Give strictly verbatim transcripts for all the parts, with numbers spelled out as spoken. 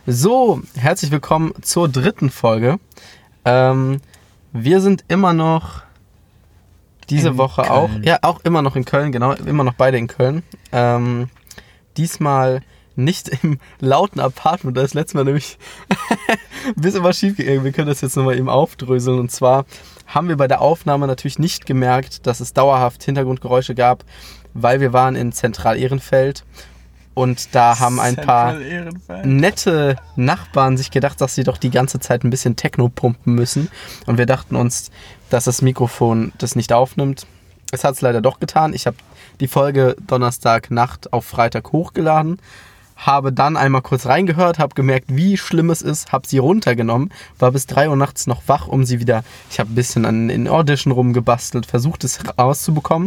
So, herzlich willkommen zur dritten Folge. Ähm, wir sind immer noch diese in Woche Köln. auch, ja, auch immer noch in Köln, genau, immer noch beide in Köln. Ähm, diesmal nicht im lauten Apartment, da ist letztes Mal nämlich ein bisschen was schief gegangen. Wir können das jetzt nochmal eben aufdröseln. Und zwar haben wir bei der Aufnahme natürlich nicht gemerkt, dass es dauerhaft Hintergrundgeräusche gab, weil wir waren in Zentral-Ehrenfeld. Und da haben ein paar nette Nachbarn sich gedacht, dass sie doch die ganze Zeit ein bisschen Techno pumpen müssen. Und wir dachten uns, dass das Mikrofon das nicht aufnimmt. Es hat es leider doch getan. Ich habe die Folge Donnerstagnacht auf Freitag hochgeladen, habe dann einmal kurz reingehört, habe gemerkt, wie schlimm es ist, habe sie runtergenommen, war bis drei Uhr nachts noch wach, um sie wieder... Ich habe ein bisschen an, in Audition rumgebastelt, versucht es rauszubekommen.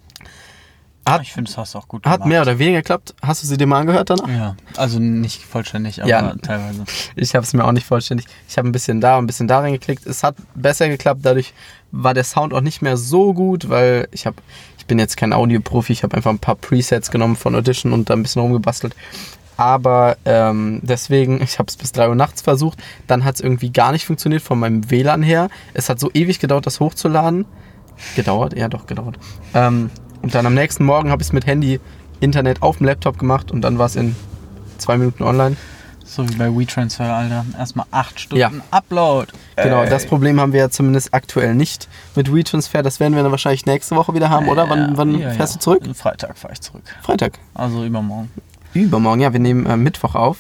Hat, ich finde, das hast du auch gut gemacht. Hat mehr oder weniger geklappt. Hast du sie dir mal angehört danach? Ja, also nicht vollständig, aber ja, teilweise. Ich habe es mir auch nicht vollständig. Ich habe ein bisschen da und ein bisschen da reingeklickt. Es hat besser geklappt, dadurch war der Sound auch nicht mehr so gut, weil ich habe, ich bin jetzt kein Audioprofi, ich habe einfach ein paar Presets genommen von Audition und da ein bisschen rumgebastelt. Aber ähm, deswegen, ich habe es bis drei Uhr nachts versucht, dann hat es irgendwie gar nicht funktioniert von meinem W L A N her. Es hat so ewig gedauert, das hochzuladen. Gedauert? Ja, doch, gedauert. Ähm, Und dann am nächsten Morgen habe ich es mit Handy, Internet auf dem Laptop gemacht und dann war es in zwei Minuten online. So wie bei WeTransfer, Alter. Erstmal acht Stunden ja. Upload. Genau, Ey. das Problem haben wir ja zumindest aktuell nicht mit WeTransfer. Das werden wir dann wahrscheinlich nächste Woche wieder haben, oder? Wann, wann ja, fährst ja. du zurück? Freitag fahre ich zurück. Freitag? Also übermorgen. Übermorgen, ja. Wir nehmen äh, Mittwoch auf.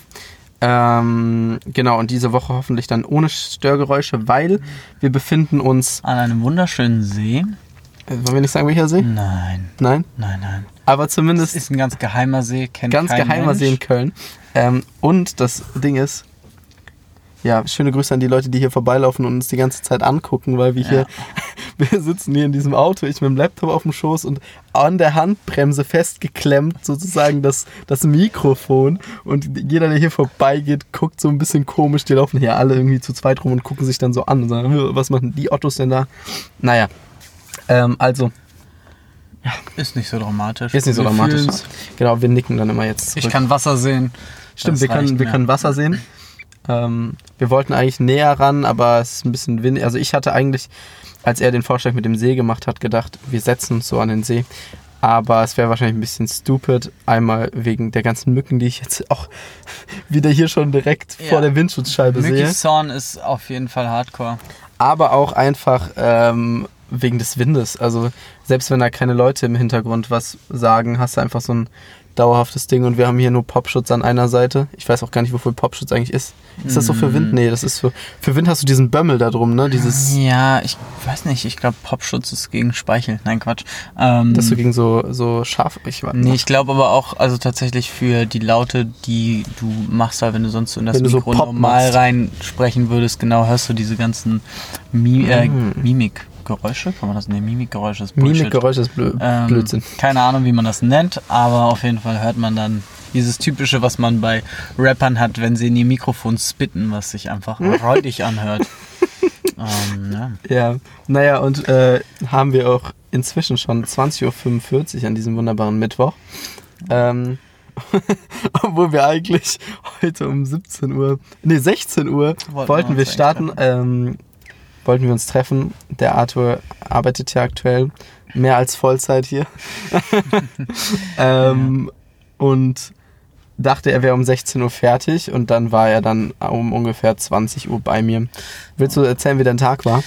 Ähm, genau, und diese Woche hoffentlich dann ohne Störgeräusche, weil wir befinden uns... An einem wunderschönen See. Wollen wir nicht sagen, welcher See? Nein. Nein? Nein, nein. Aber zumindest... Es ist ein ganz geheimer See, kennt Ganz kein geheimer Mensch. See in Köln. Ähm, und das Ding ist, ja, schöne Grüße an die Leute, die hier vorbeilaufen und uns die ganze Zeit angucken, weil wir ja. hier, wir sitzen hier in diesem Auto, ich mit dem Laptop auf dem Schoß und an der Handbremse festgeklemmt sozusagen das, das Mikrofon und jeder, der hier vorbeigeht, guckt so ein bisschen komisch, die laufen hier alle irgendwie zu zweit rum und gucken sich dann so an und sagen, was machen die Ottos denn da? Naja, ähm, also... Ja, ist nicht so dramatisch. Ist nicht so wir dramatisch. fühlen's. Genau, wir nicken dann immer jetzt zurück. Ich kann Wasser sehen. Stimmt, Das wir können, wir mir. können Wasser sehen. Ähm, wir wollten eigentlich näher ran, aber es ist ein bisschen windig. Also ich hatte eigentlich, als er den Vorschlag mit dem See gemacht hat, gedacht, wir setzen uns so an den See. Aber es wäre wahrscheinlich ein bisschen stupid. Einmal wegen der ganzen Mücken, die ich jetzt auch wieder hier schon direkt ja. vor der Windschutzscheibe sehe. Mücki-Zorn ist auf jeden Fall hardcore. Aber auch einfach ähm, wegen des Windes. Also selbst wenn da keine Leute im Hintergrund was sagen, hast du einfach so ein dauerhaftes Ding. Und wir haben hier nur Popschutz an einer Seite. Ich weiß auch gar nicht, wofür Popschutz eigentlich ist. Ist das so für Wind? Nee, das ist für... Für Wind hast du diesen Bömmel da drum, ne? Dieses... Ja, ich weiß nicht. Ich glaube, Popschutz ist gegen Speichel. Nein, Quatsch. Ähm, das ist so gegen so, so scharf... Ich weiß nee, ich glaube aber auch, also tatsächlich für die Laute, die du machst, weil wenn du sonst so in das wenn Mikro so normal machst. reinsprechen würdest, genau, hörst du diese ganzen Mi- äh, mm. Mimik. Geräusche? Kann man das nennen? Mimikgeräusche ist Bullshit. Mimikgeräusche ist Blö- ähm, Blödsinn. Keine Ahnung, wie man das nennt, aber auf jeden Fall hört man dann dieses Typische, was man bei Rappern hat, wenn sie in die Mikrofon spitten, was sich einfach räudig anhört. ähm, ja. ja, naja, und äh, haben wir auch inzwischen schon zwanzig Uhr fünfundvierzig an diesem wunderbaren Mittwoch. Ähm, obwohl wir eigentlich heute um siebzehn Uhr, nee, sechzehn Uhr wollten, wollten wir starten. Ähm, wollten wir uns treffen. Der Arthur arbeitet ja aktuell mehr als Vollzeit hier. ähm, ja. Und dachte, er wäre um sechzehn Uhr fertig und dann war er dann um ungefähr zwanzig Uhr bei mir. Willst du erzählen, wie dein Tag war?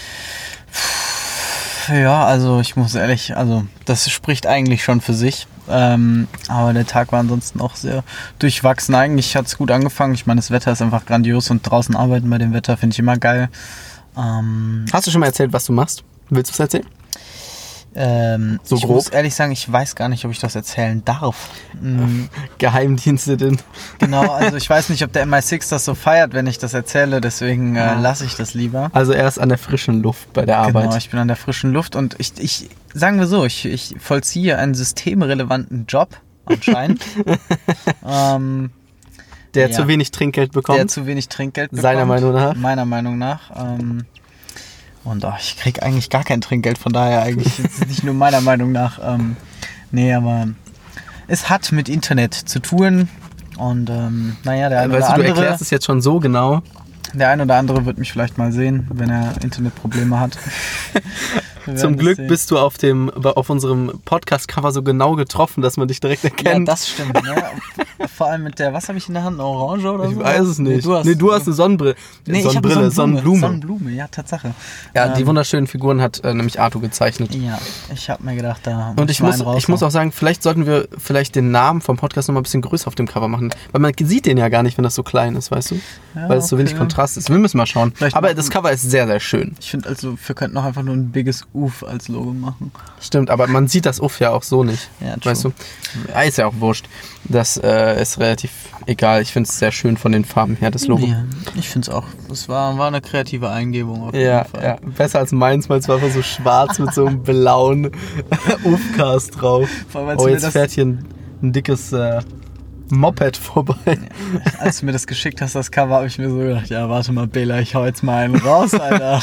Ja, also ich muss ehrlich, also das spricht eigentlich schon für sich. Ähm, aber der Tag war ansonsten auch sehr durchwachsen. Eigentlich hat es gut angefangen. Ich meine, das Wetter ist einfach grandios und draußen arbeiten bei dem Wetter finde ich immer geil. Ähm, Hast du schon mal erzählt, was du machst? Willst du es erzählen? Ähm, so ich grob? muss ehrlich sagen, ich weiß gar nicht, ob ich das erzählen darf. Mhm. Geheimdienste denn? Genau, also ich weiß nicht, ob der M I sechs das so feiert, wenn ich das erzähle, deswegen äh, lasse ich das lieber. Also er ist an der frischen Luft bei der Arbeit. Genau, ich bin an der frischen Luft und ich, ich sagen wir so, ich, ich vollziehe einen systemrelevanten Job, anscheinend. ähm, der ja. zu wenig Trinkgeld bekommt. Der zu wenig Trinkgeld bekommt. Seiner Meinung nach. Meiner Meinung nach. Ähm, und oh, ich krieg eigentlich gar kein Trinkgeld, von daher eigentlich ist nicht nur meiner Meinung nach. Ähm, nee, aber es hat mit Internet zu tun. Und ähm, naja, der eine Weißt oder du, du andere... erklärst es jetzt schon so genau. Der ein oder andere wird mich vielleicht mal sehen, wenn er Internetprobleme hat. Zum Glück bist du auf dem auf unserem Podcast-Cover so genau getroffen, dass man dich direkt erkennt. Ja, das stimmt. Ne? Vor allem mit der, was habe ich in der Hand, eine Orange oder ich so? Ich weiß es nicht. Nee, du hast, nee, du hast eine Sonnenbrille. Nee, Sonnenbrille, ich Sonnenblume. Sonnenblume. Sonnenblume, ja, Tatsache. Ja, ähm, die wunderschönen Figuren hat äh, nämlich Arthur gezeichnet. Ja, ich habe mir gedacht, da Und ich muss, ich muss auch sagen, vielleicht sollten wir vielleicht den Namen vom Podcast noch mal ein bisschen größer auf dem Cover machen. Weil man sieht den ja gar nicht, wenn das so klein ist, weißt du? Ja, weil es so okay. wenig Kontrast ist. Wir müssen mal schauen. Vielleicht aber das Cover ist sehr, sehr schön. Ich finde, also wir könnten auch einfach nur ein biges Uf als Logo machen. Stimmt, aber man sieht das Uff ja auch so nicht. Ja, weißt du? Ja, ist ja auch wurscht. Das äh, ist relativ egal. Ich finde es sehr schön von den Farben her, das Logo. Ja, ich finde es auch. Das war, war eine kreative Eingebung auf jeden ja, Fall. Ja, besser als meins, weil es war einfach so schwarz mit so einem blauen Uff-Cast drauf. Allem, oh, jetzt fährt hier ein, ein dickes äh, Moped vorbei. Ja, als du mir das geschickt hast, das Cover, habe ich mir so gedacht, ja, warte mal, Bela, ich hau jetzt mal einen raus, Alter.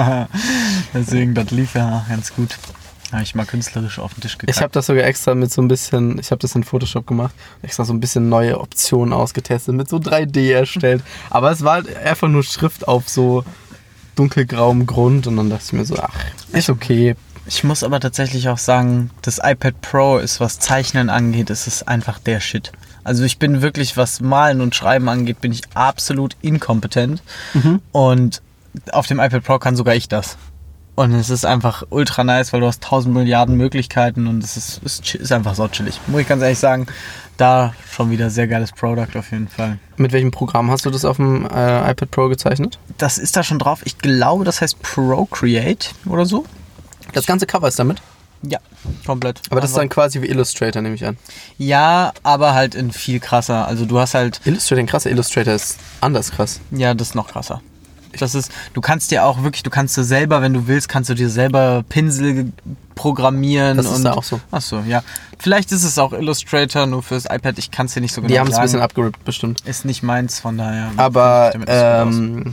Deswegen, das lief ja ganz gut. Habe ich mal künstlerisch auf den Tisch gekackt. Ich habe das sogar extra mit so ein bisschen, ich habe das in Photoshop gemacht, extra so ein bisschen neue Optionen ausgetestet, mit so drei D erstellt. Aber es war halt einfach nur Schrift auf so dunkelgrauem Grund und dann dachte ich mir so, ach, ist okay. Ich muss aber tatsächlich auch sagen, das iPad Pro ist, was Zeichnen angeht, ist es einfach der Shit. Also ich bin wirklich, was Malen und Schreiben angeht, bin ich absolut inkompetent. Mhm. Und auf dem iPad Pro kann sogar ich das. Und es ist einfach ultra nice, weil du hast tausend Milliarden Möglichkeiten und es ist, ist, ist einfach so chillig. Muss ich ganz ehrlich sagen, da schon wieder sehr geiles Product auf jeden Fall. Mit welchem Programm hast du das auf dem äh, iPad Pro gezeichnet? Das ist da schon drauf. Ich glaube, das heißt Procreate oder so. Das ganze Cover ist damit? Ja, komplett. Aber das also, ist dann quasi wie Illustrator, nehme ich an. Ja, aber halt in viel krasser. Also du hast halt... Illustrator, ein krasser Illustrator ist anders krass. Ja, das ist noch krasser. Das ist, du kannst dir auch wirklich, du kannst dir selber, wenn du willst, kannst du dir selber Pinsel programmieren. Das ist und, da auch so. Achso, ja. Vielleicht ist es auch Illustrator nur fürs iPad, ich kann es dir nicht so genau sagen. Die haben es ein bisschen abgerippt, bestimmt. Ist nicht meins, von daher. Aber, ähm,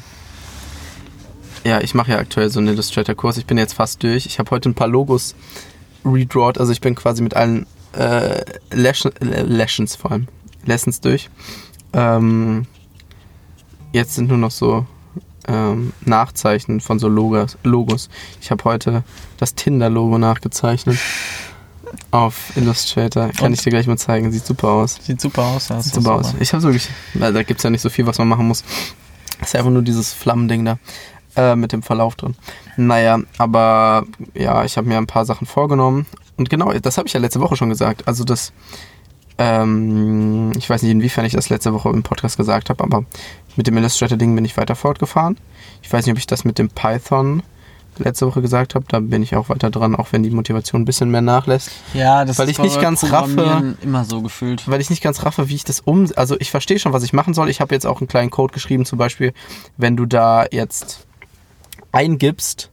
ja, ich mache ja aktuell so einen Illustrator-Kurs. Ich bin jetzt fast durch. Ich habe heute ein paar Logos redrawt, also ich bin quasi mit allen äh, Lessons, Lessons vor allem, Lessons durch. Ähm, jetzt sind nur noch so Ähm, Nachzeichnen von so Logos. Logos. Ich habe heute das Tinder-Logo nachgezeichnet auf Illustrator. Kann Und? ich dir gleich mal zeigen. Sieht super aus. Sieht super aus. Ja, Sieht super aus. Ich habe wirklich, weil da gibt es ja nicht so viel, was man machen muss. Das ist ja einfach nur dieses Flammending da äh, mit dem Verlauf drin. Naja, aber ja, ich habe mir ein paar Sachen vorgenommen. Und genau, das habe ich ja letzte Woche schon gesagt. Also das Ähm, ich weiß nicht, inwiefern ich das letzte Woche im Podcast gesagt habe, aber mit dem Illustrator-Ding bin ich weiter fortgefahren. Ich weiß nicht, ob ich das mit dem Python letzte Woche gesagt habe, da bin ich auch weiter dran, auch wenn die Motivation ein bisschen mehr nachlässt. Ja, das weil ist ich nicht ganz raffe, immer so gefühlt. Weil ich nicht ganz raffe, wie ich das um... Also ich verstehe schon, was ich machen soll. Ich habe jetzt auch einen kleinen Code geschrieben, zum Beispiel, wenn du da jetzt eingibst,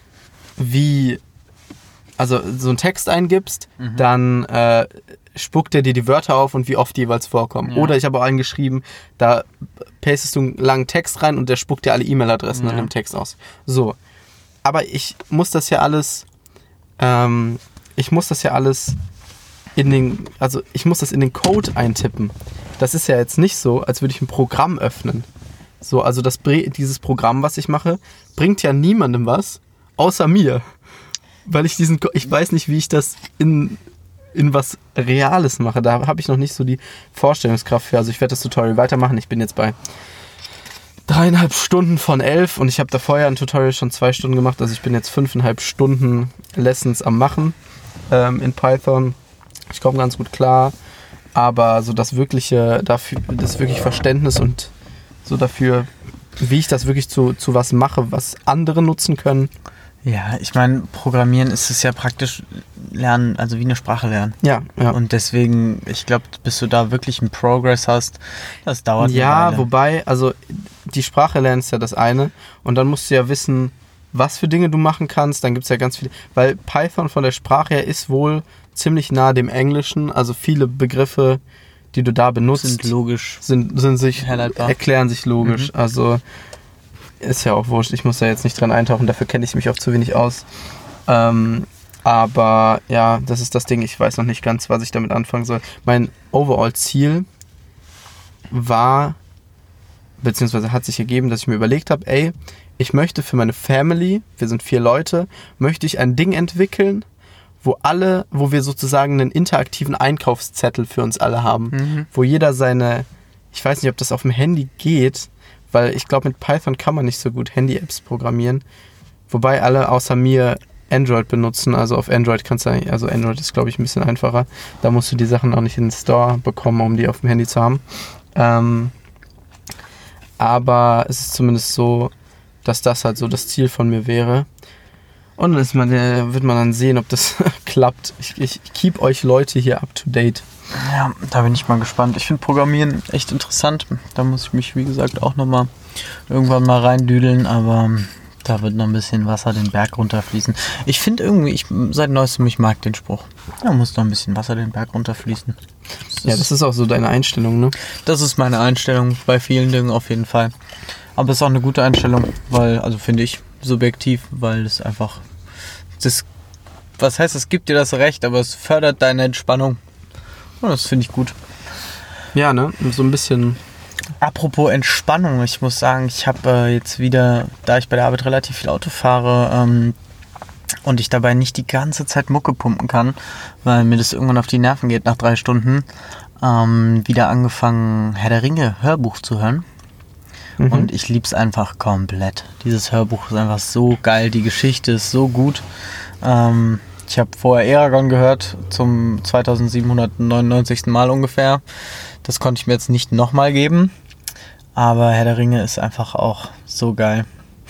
wie... Also so einen Text eingibst, mhm. dann... Äh, spuckt er dir die Wörter auf und wie oft die jeweils vorkommen. Ja. Oder ich habe auch einen geschrieben, da pastest du einen langen Text rein und der spuckt dir alle E-Mail-Adressen ja. in dem Text aus. So. Aber ich muss das ja alles, ähm, ich muss das ja alles in den, also ich muss das in den Code eintippen. Das ist ja jetzt nicht so, als würde ich ein Programm öffnen. So, also das, dieses Programm, was ich mache, bringt ja niemandem was, außer mir. Weil ich diesen, ich weiß nicht, wie ich das in in was Reales mache. Da habe ich noch nicht so die Vorstellungskraft für. Also ich werde das Tutorial weitermachen. Ich bin jetzt bei dreieinhalb Stunden von elf und ich habe da vorher ein Tutorial schon zwei Stunden gemacht. Also ich bin jetzt fünfeinhalb Stunden Lessons am Machen ähm, in Python. Ich komme ganz gut klar. Aber so das wirkliche, dafür, das wirklich Verständnis und so dafür, wie ich das wirklich zu, zu was mache, was andere nutzen können. Ja, ich meine, Programmieren ist es ja praktisch lernen, also wie eine Sprache lernen. Ja, ja. Und deswegen, ich glaube, bis du da wirklich einen Progress hast, das dauert eine Ja, Weile. Wobei, also die Sprache lernen ist ja das eine und dann musst du ja wissen, was für Dinge du machen kannst. Dann gibt es ja ganz viele, weil Python von der Sprache her ist wohl ziemlich nah dem Englischen, also viele Begriffe, die du da benutzt, sind logisch, sind, sind sich, herleitbar. erklären sich logisch. Mhm. Also ist ja auch wurscht, ich muss da jetzt nicht dran eintauchen, dafür kenne ich mich auch zu wenig aus. Ähm, aber ja, das ist das Ding, ich weiß noch nicht ganz, was ich damit anfangen soll. Mein Overall-Ziel war, beziehungsweise hat sich ergeben, dass ich mir überlegt habe, ey, ich möchte für meine Family, wir sind vier Leute, möchte ich ein Ding entwickeln, wo alle, wo wir sozusagen einen interaktiven Einkaufszettel für uns alle haben, mhm. wo jeder seine, ich weiß nicht, ob das auf dem Handy geht, weil ich glaube, mit Python kann man nicht so gut Handy-Apps programmieren, wobei alle außer mir Android benutzen, also auf Android kannst du, also Android ist, glaube ich, ein bisschen einfacher, da musst du die Sachen auch nicht in den Store bekommen, um die auf dem Handy zu haben. Ähm, aber es ist zumindest so, dass das halt so das Ziel von mir wäre. Und dann ist man, äh, wird man dann sehen, ob das klappt. Ich, ich keep euch Leute hier up to date. Ja, da bin ich mal gespannt. Ich finde Programmieren echt interessant. Da muss ich mich, wie gesagt, auch nochmal irgendwann mal reindüdeln, aber da wird noch ein bisschen Wasser den Berg runterfließen. Ich finde irgendwie, ich seit neuestem, ich mag den Spruch. Da muss noch ein bisschen Wasser den Berg runterfließen. Das ja, das ist auch so deine Einstellung, ne? Das ist meine Einstellung bei vielen Dingen auf jeden Fall. Aber es ist auch eine gute Einstellung, weil, also finde ich, subjektiv, weil es einfach, das, was heißt, es gibt dir das Recht, aber es fördert deine Entspannung. Und das finde ich gut. Ja, ne? So ein bisschen. Apropos Entspannung, ich muss sagen, ich habe äh, jetzt wieder, da ich bei der Arbeit relativ viel Auto fahre ähm, und ich dabei nicht die ganze Zeit Mucke pumpen kann, weil mir das irgendwann auf die Nerven geht nach drei Stunden, ähm, wieder angefangen, Herr der Ringe Hörbuch zu hören. Mhm. Und ich lieb's einfach komplett. Dieses Hörbuch ist einfach so geil, die Geschichte ist so gut. Ähm, ich habe vorher Eragon gehört, zum zweitausendsiebenhundertneunundneunzigsten Mal ungefähr. Das konnte ich mir jetzt nicht nochmal geben. Aber Herr der Ringe ist einfach auch so geil.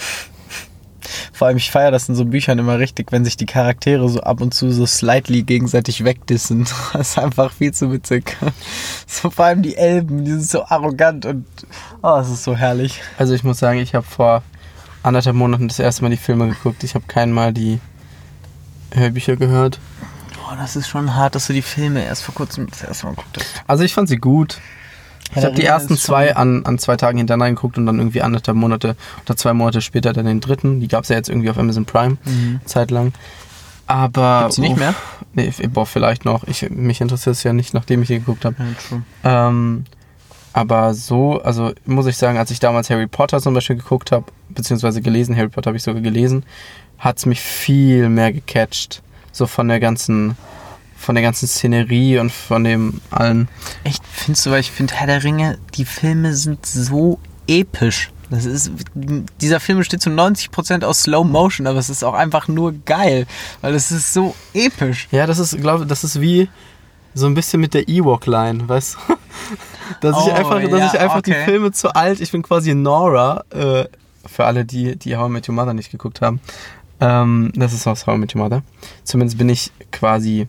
Vor allem, ich feiere das in so Büchern immer richtig, wenn sich die Charaktere so ab und zu so slightly gegenseitig wegdissen. Das ist einfach viel zu witzig. So vor allem die Elben, die sind so arrogant und oh, es ist so herrlich. Also ich muss sagen, ich habe vor anderthalb Monaten das erste Mal die Filme geguckt. Ich habe kein Mal die Hörbücher gehört. Oh, das ist schon hart, dass du die Filme erst vor kurzem das erste Mal geguckt hast. Also ich fand sie gut. Ich habe die ersten zwei an, an zwei Tagen hintereinander geguckt und dann irgendwie anderthalb Monate oder zwei Monate später dann den dritten. Die gab es ja jetzt irgendwie auf Amazon Prime, mhm. zeitlang. Aber... Gibt's die nicht mehr? Nee, boah, vielleicht noch. Ich, mich interessiert es ja nicht, nachdem ich sie geguckt habe. Ja, ähm, aber so, also muss ich sagen, als ich damals Harry Potter zum Beispiel geguckt habe, beziehungsweise gelesen, Harry Potter habe ich sogar gelesen, hat es mich viel mehr gecatcht. So von der ganzen... von der ganzen Szenerie und von dem allen. Echt, findest du, weil ich finde, Herr der Ringe, die Filme sind so episch. Das ist, dieser Film besteht zu neunzig Prozent aus Slow Motion, aber es ist auch einfach nur geil, weil es ist so episch. Ja, das ist, glaube ich, das ist wie so ein bisschen mit der Ewok-Line, weißt du? Dass oh, ich einfach, ja, dass ich einfach okay. die Filme zu alt, ich bin quasi Nora, äh, für alle, die, die How I Met Your Mother nicht geguckt haben. Ähm, das ist aus How I Met Your Mother. Zumindest bin ich quasi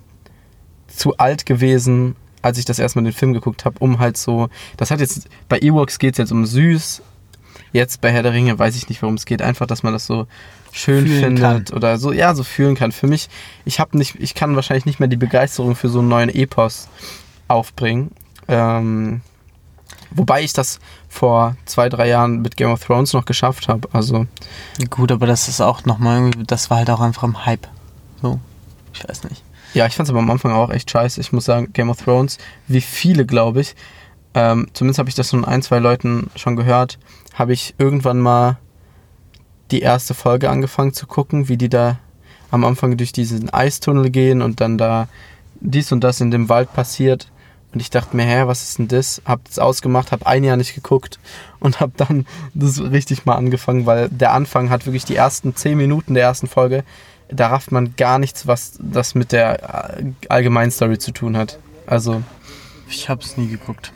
zu alt gewesen, als ich das erstmal den Film geguckt habe, um halt so, das hat jetzt, bei Ewoks geht es jetzt um süß, jetzt bei Herr der Ringe weiß ich nicht, worum es geht, einfach, dass man das so schön fühlen findet kann. Oder so, ja, so fühlen kann. Für mich, ich habe nicht, ich kann wahrscheinlich nicht mehr die Begeisterung für so einen neuen Epos aufbringen, ähm, wobei ich das vor zwei, drei Jahren mit Game of Thrones noch geschafft habe, also. Gut, aber das ist auch nochmal irgendwie, das war halt auch einfach im Hype, so, ich weiß nicht. Ja, ich fand es aber am Anfang auch echt scheiße. Ich muss sagen, Game of Thrones, wie viele, glaube ich, ähm, zumindest habe ich das von ein, zwei Leuten schon gehört, habe ich irgendwann mal die erste Folge angefangen zu gucken, wie die da am Anfang durch diesen Eistunnel gehen und dann da dies und das in dem Wald passiert. Und ich dachte mir, hä, was ist denn das? Hab das ausgemacht, hab ein Jahr nicht geguckt und hab dann das richtig mal angefangen, weil der Anfang hat wirklich die ersten zehn Minuten der ersten Folge, da rafft man gar nichts, was das mit der Allgemeinstory zu tun hat. Also. Ich hab's nie geguckt.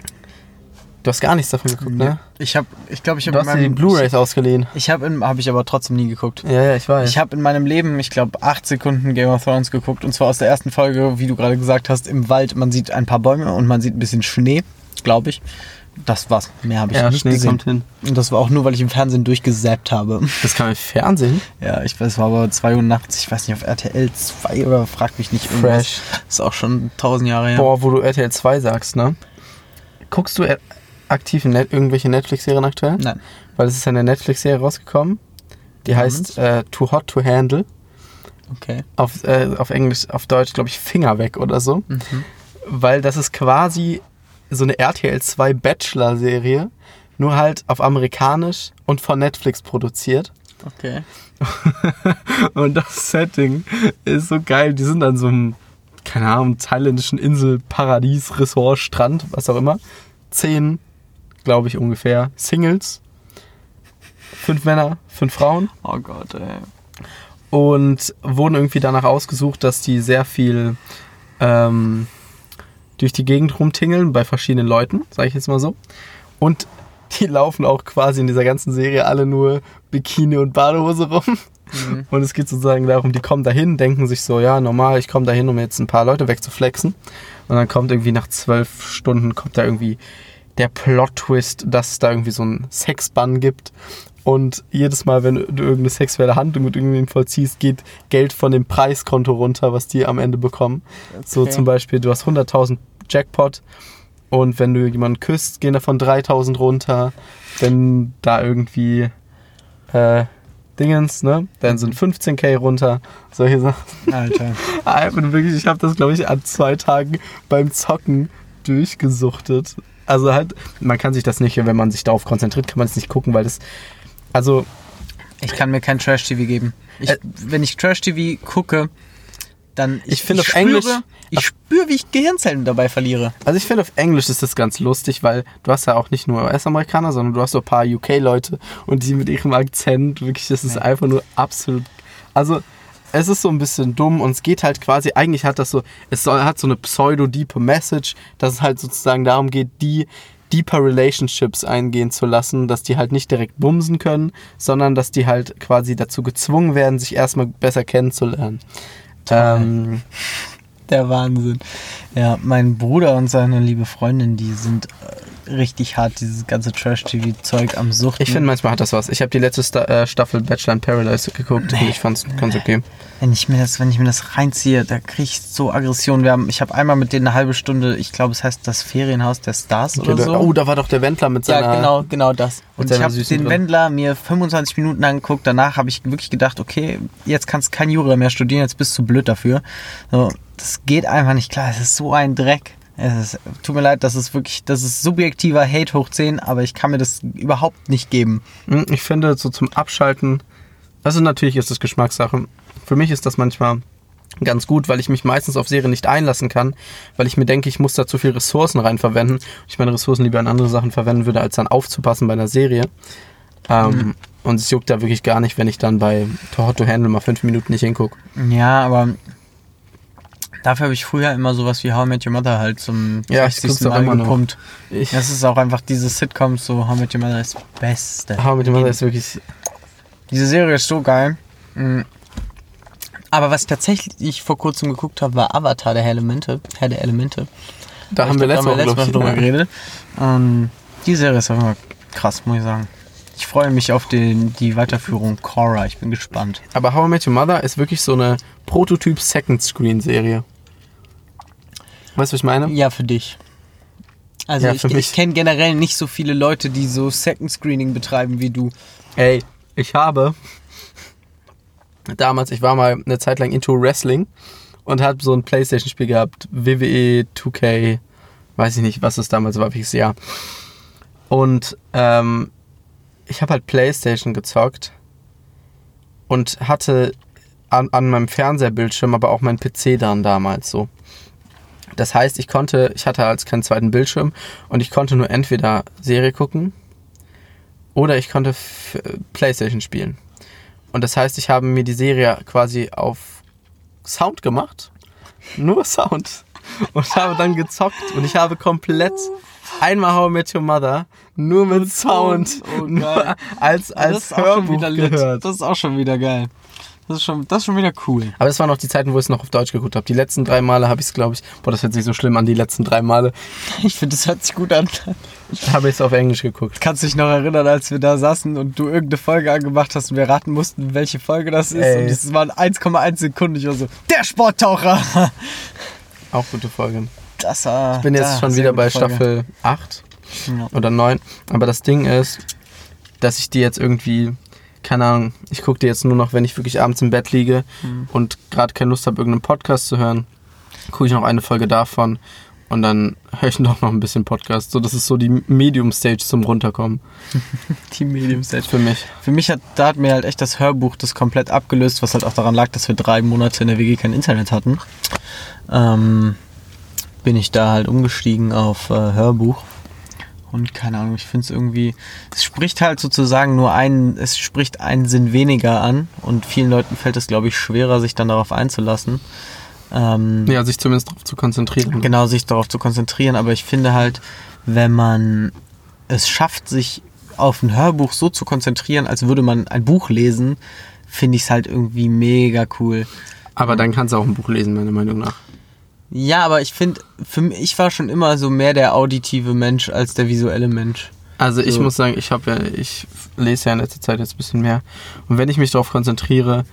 Du hast gar nichts davon geguckt, ne? Ich hab, ich glaube, ich habe. Du hast dir die Blu-rays ausgeliehen. Ich habe, habe ich aber trotzdem nie geguckt. Ja, ja, ich weiß. Ich habe in meinem Leben, ich glaube, acht Sekunden Game of Thrones geguckt und zwar aus der ersten Folge, wie du gerade gesagt hast, im Wald. Man sieht ein paar Bäume und man sieht ein bisschen Schnee, glaube ich. Das war's. Mehr habe ich ja, nicht Schnee gesehen. Kommt hin. Und das war auch nur, weil ich im Fernsehen durchgesappt habe. Das kam im Fernsehen? Ja, ich weiß, es war aber zwei Uhr nachts, ich weiß nicht, auf R T L zwei oder frag mich nicht irgendwas. Fresh. Das ist auch schon tausend Jahre her. Boah, wo du R T L zwei sagst, ne? Guckst du aktiv in Net- irgendwelche Netflix-Serien aktuell? Nein. Weil es ist eine Netflix-Serie rausgekommen, die ja, heißt äh, Too Hot to Handle. Okay. Auf, äh, auf Englisch, auf Deutsch, glaube ich, Finger weg oder so. Mhm. Weil das ist quasi so eine R T L zwei Bachelor-Serie, nur halt auf amerikanisch und von Netflix produziert. Okay. Und das Setting ist so geil. Die sind an so einem, keine Ahnung, thailändischen Insel, Paradies, Resort, Strand, was auch immer. Zehn, glaube ich, ungefähr Singles. Fünf Männer, fünf Frauen. Oh Gott, ey. Und wurden irgendwie danach ausgesucht, dass die sehr viel ähm, durch die Gegend rumtingeln bei verschiedenen Leuten, sage ich jetzt mal so. Und die laufen auch quasi in dieser ganzen Serie alle nur Bikini und Badehose rum. Mhm. Und es geht sozusagen darum, die kommen dahin, denken sich so, ja, normal, ich komme dahin, um jetzt ein paar Leute wegzuflexen. Und dann kommt irgendwie nach zwölf Stunden, kommt da irgendwie der Plot-Twist, dass es da irgendwie so einen Sexbann gibt. Und jedes Mal, wenn du irgendeine sexuelle Handlung mit irgendjemandem vollziehst, geht Geld von dem Preiskonto runter, was die am Ende bekommen. Okay. So zum Beispiel, du hast hunderttausend Jackpot und wenn du jemanden küsst, gehen davon dreitausend runter. Wenn da irgendwie äh, Dingens, ne, dann sind fünfzehntausend runter. Solche Sachen. Alter. Einfach wirklich, ich habe das, glaube ich, an zwei Tagen beim Zocken durchgesuchtet. Also halt, man kann sich das nicht, wenn man sich darauf konzentriert, kann man es nicht gucken, weil das, also... Ich kann mir kein Trash-T V geben. Ich, äh, wenn ich Trash-T V gucke, dann... Ich, ich finde auf spüre, Englisch... Ich spüre, wie ich Gehirnzellen dabei verliere. Also ich finde auf Englisch ist das ganz lustig, weil du hast ja auch nicht nur U S-Amerikaner, sondern du hast so ein paar U K-Leute und die mit ihrem Akzent, wirklich, das ist ja. einfach nur absolut... Also... Es ist so ein bisschen dumm und es geht halt quasi, eigentlich hat das so, es soll, hat so eine pseudo-deepe Message, dass es halt sozusagen darum geht, die deeper Relationships eingehen zu lassen, dass die halt nicht direkt bumsen können, sondern dass die halt quasi dazu gezwungen werden, sich erstmal besser kennenzulernen. Ähm, Der Wahnsinn. Ja, mein Bruder und seine liebe Freundin, die sind äh, richtig hart, dieses ganze Trash-T V-Zeug am Suchten. Ich finde, manchmal hat das was. Ich habe die letzte Sta- äh, Staffel Bachelor in Paradise geguckt nee, und ich fand es ganz okay. Wenn ich mir das, wenn ich mir das reinziehe, da kriege ich so Aggression. Wir haben, ich habe einmal mit denen eine halbe Stunde, ich glaube, es heißt das Ferienhaus der Stars okay, oder so. Oh, da war doch der Wendler mit seiner... Ja, genau, genau das. Und ich habe den Wendler mir fünfundzwanzig Minuten angeguckt. Danach habe ich wirklich gedacht, okay, jetzt kannst du kein Jura mehr studieren, jetzt bist du blöd dafür. So, das geht einfach nicht klar. Es ist so ein Dreck. Es ist, tut mir leid, das ist wirklich, das ist subjektiver Hate hoch zehn, aber ich kann mir das überhaupt nicht geben. Ich finde, so zum Abschalten, also natürlich ist das Geschmackssache. Für mich ist das manchmal ganz gut, weil ich mich meistens auf Serien nicht einlassen kann, weil ich mir denke, ich muss da zu viel Ressourcen rein verwenden. Ich meine Ressourcen lieber an andere Sachen verwenden würde, als dann aufzupassen bei einer Serie. Ähm, mhm. Und es juckt da wirklich gar nicht, wenn ich dann bei Too Hot to Handle mal fünf Minuten nicht hingucke. Ja, aber dafür habe ich früher immer sowas wie How I Met Your Mother halt zum ja, sechzigsten Mal gepumpt. Das ist auch einfach diese Sitcoms, so How I Met Your Mother ist das Beste. How I Met Your Mother ist wirklich... Diese Serie ist so geil. Aber was ich tatsächlich vor kurzem geguckt habe, war Avatar, der Herr Elemente. Herr der Elemente. Da haben wir letztes Mal, letztes Mal drüber ja. geredet. Ähm, die Serie ist einfach krass, muss ich sagen. Ich freue mich auf den, die Weiterführung Korra. Ich bin gespannt. Aber How I Met Your Mother ist wirklich so eine Prototyp-Second-Screen-Serie. Weißt du, was ich meine? Ja, für dich. Also ja, ich, ich kenne generell nicht so viele Leute, die so Second Screening betreiben wie du. Ey, ich habe damals, ich war mal eine Zeit lang into Wrestling und habe so ein Playstation-Spiel gehabt, W W E zwei K, weiß ich nicht, was es damals war, welches Jahr. Und ähm, ich habe halt Playstation gezockt und hatte an, an meinem Fernsehbildschirm aber auch meinen P C dann damals so. Das heißt, ich konnte, ich hatte als keinen zweiten Bildschirm und ich konnte nur entweder Serie gucken oder ich konnte F- Playstation spielen. Und das heißt, ich habe mir die Serie quasi auf Sound gemacht, nur Sound, und habe dann gezockt und ich habe komplett einmal How I Met Your Mother nur mit Sound, oh, geil. als, als Hörbuch gehört. Das ist auch schon wieder geil. Das ist schon, das ist schon wieder cool. Aber das waren noch die Zeiten, wo ich es noch auf Deutsch geguckt habe. Die letzten drei Male habe ich es, glaube ich... Boah, das hört sich so schlimm an, die letzten drei Male. Ich finde, das hört sich gut an. Habe ich es auf Englisch geguckt. Kannst du dich noch erinnern, als wir da saßen und du irgendeine Folge angemacht hast und wir raten mussten, welche Folge das ist? Ey. Und es waren eins Komma eins Sekunden. Ich war so, der Sporttaucher! Auch gute Folge. Das war... Ich bin jetzt schon wieder bei Folge. Staffel acht ja. oder neun. Aber das Ding ist, dass ich die jetzt irgendwie... Keine Ahnung, ich gucke die jetzt nur noch, wenn ich wirklich abends im Bett liege mhm. und gerade keine Lust habe, irgendeinen Podcast zu hören, gucke ich noch eine Folge davon Und dann höre ich doch noch ein bisschen Podcast. So, das ist so die Medium-Stage zum Runterkommen. Die Medium-Stage. Für mich. Für mich hat, da hat mir halt echt das Hörbuch das komplett abgelöst, was halt auch daran lag, dass wir drei Monate in der W G kein Internet hatten. Ähm, bin ich da halt umgestiegen auf äh, Hörbuch. Und keine Ahnung, ich finde es irgendwie, es spricht halt sozusagen nur einen, es spricht einen Sinn weniger an. Und vielen Leuten fällt es, glaube ich, schwerer, sich dann darauf einzulassen. Ähm, ja, sich zumindest darauf zu konzentrieren. Genau, sich darauf zu konzentrieren. Aber ich finde halt, wenn man es schafft, sich auf ein Hörbuch so zu konzentrieren, als würde man ein Buch lesen, finde ich es halt irgendwie mega cool. Aber dann kannst du auch ein Buch lesen, meiner Meinung nach. Ja, aber ich finde, für mich, ich war schon immer so mehr der auditive Mensch als der visuelle Mensch. Also ich so. muss sagen, ich habe ja, ich lese ja in letzter Zeit jetzt ein bisschen mehr. Und wenn ich mich darauf konzentriere,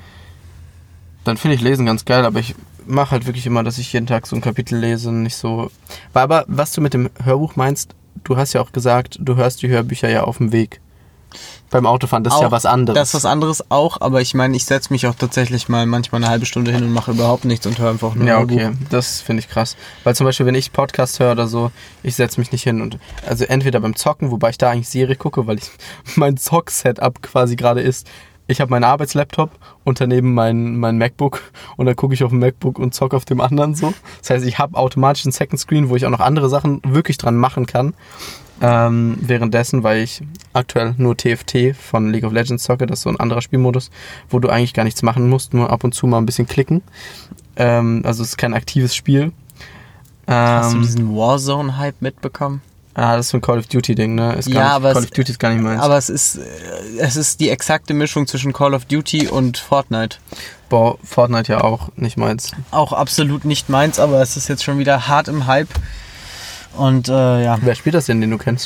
dann finde ich Lesen ganz geil, aber ich mache halt wirklich immer, dass ich jeden Tag so ein Kapitel lese, nicht so. Aber was du mit dem Hörbuch meinst, du hast ja auch gesagt, du hörst die Hörbücher ja auf dem Weg. Beim Autofahren, das ist auch, ja was anderes. Das ist was anderes auch, aber ich meine, ich setze mich auch tatsächlich mal manchmal eine halbe Stunde hin und mache überhaupt nichts und höre einfach nur Ja, Hörbuch. okay, das finde ich krass. Weil zum Beispiel, wenn ich Podcast höre oder so, ich setze mich nicht hin und, also entweder beim Zocken, wobei ich da eigentlich Serie gucke, weil ich mein Zock-Setup quasi gerade ist, ich habe meinen Arbeitslaptop und daneben mein, mein MacBook und dann gucke ich auf dem MacBook und zocke auf dem anderen so. Das heißt, ich habe automatisch einen Second Screen, wo ich auch noch andere Sachen wirklich dran machen kann. Ähm, währenddessen, weil ich aktuell nur T F T von League of Legends zocke, das ist so ein anderer Spielmodus, wo du eigentlich gar nichts machen musst, nur ab und zu mal ein bisschen klicken. Ähm, also es ist kein aktives Spiel. Ähm, Hast du diesen Warzone-Hype mitbekommen? Ah, das ist so ein Call of Duty-Ding, ne? Ist gar Ja, nicht, aber Call es, of Duty ist gar nicht meins. Aber es ist, äh, es ist die exakte Mischung zwischen Call of Duty und Fortnite. Boah, Fortnite ja auch nicht meins. Auch absolut nicht meins, aber es ist jetzt schon wieder hart im Hype. Und äh, ja. Wer spielt das denn, den du kennst?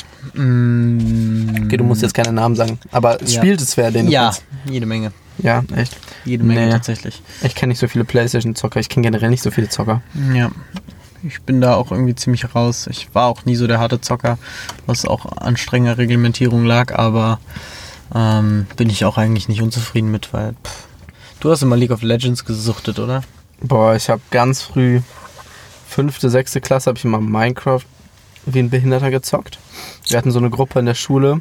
Mm, Okay, du musst jetzt keine Namen sagen, aber Ja. spielt es wer, den du Ja, kennst? jede Menge. Ja, echt? Jede Menge Nee. tatsächlich. Ich kenne nicht so viele Playstation-Zocker, ich kenne generell nicht so viele Zocker. Ja. Ich bin da auch irgendwie ziemlich raus. Ich war auch nie so der harte Zocker, was auch an strenger Reglementierung lag, aber ähm, bin ich auch eigentlich nicht unzufrieden mit, weil pff, du hast immer League of Legends gesuchtet, oder? Boah, ich habe ganz früh, fünfte, sechste Klasse, habe ich immer Minecraft wie ein Behinderter gezockt. Wir hatten so eine Gruppe in der Schule.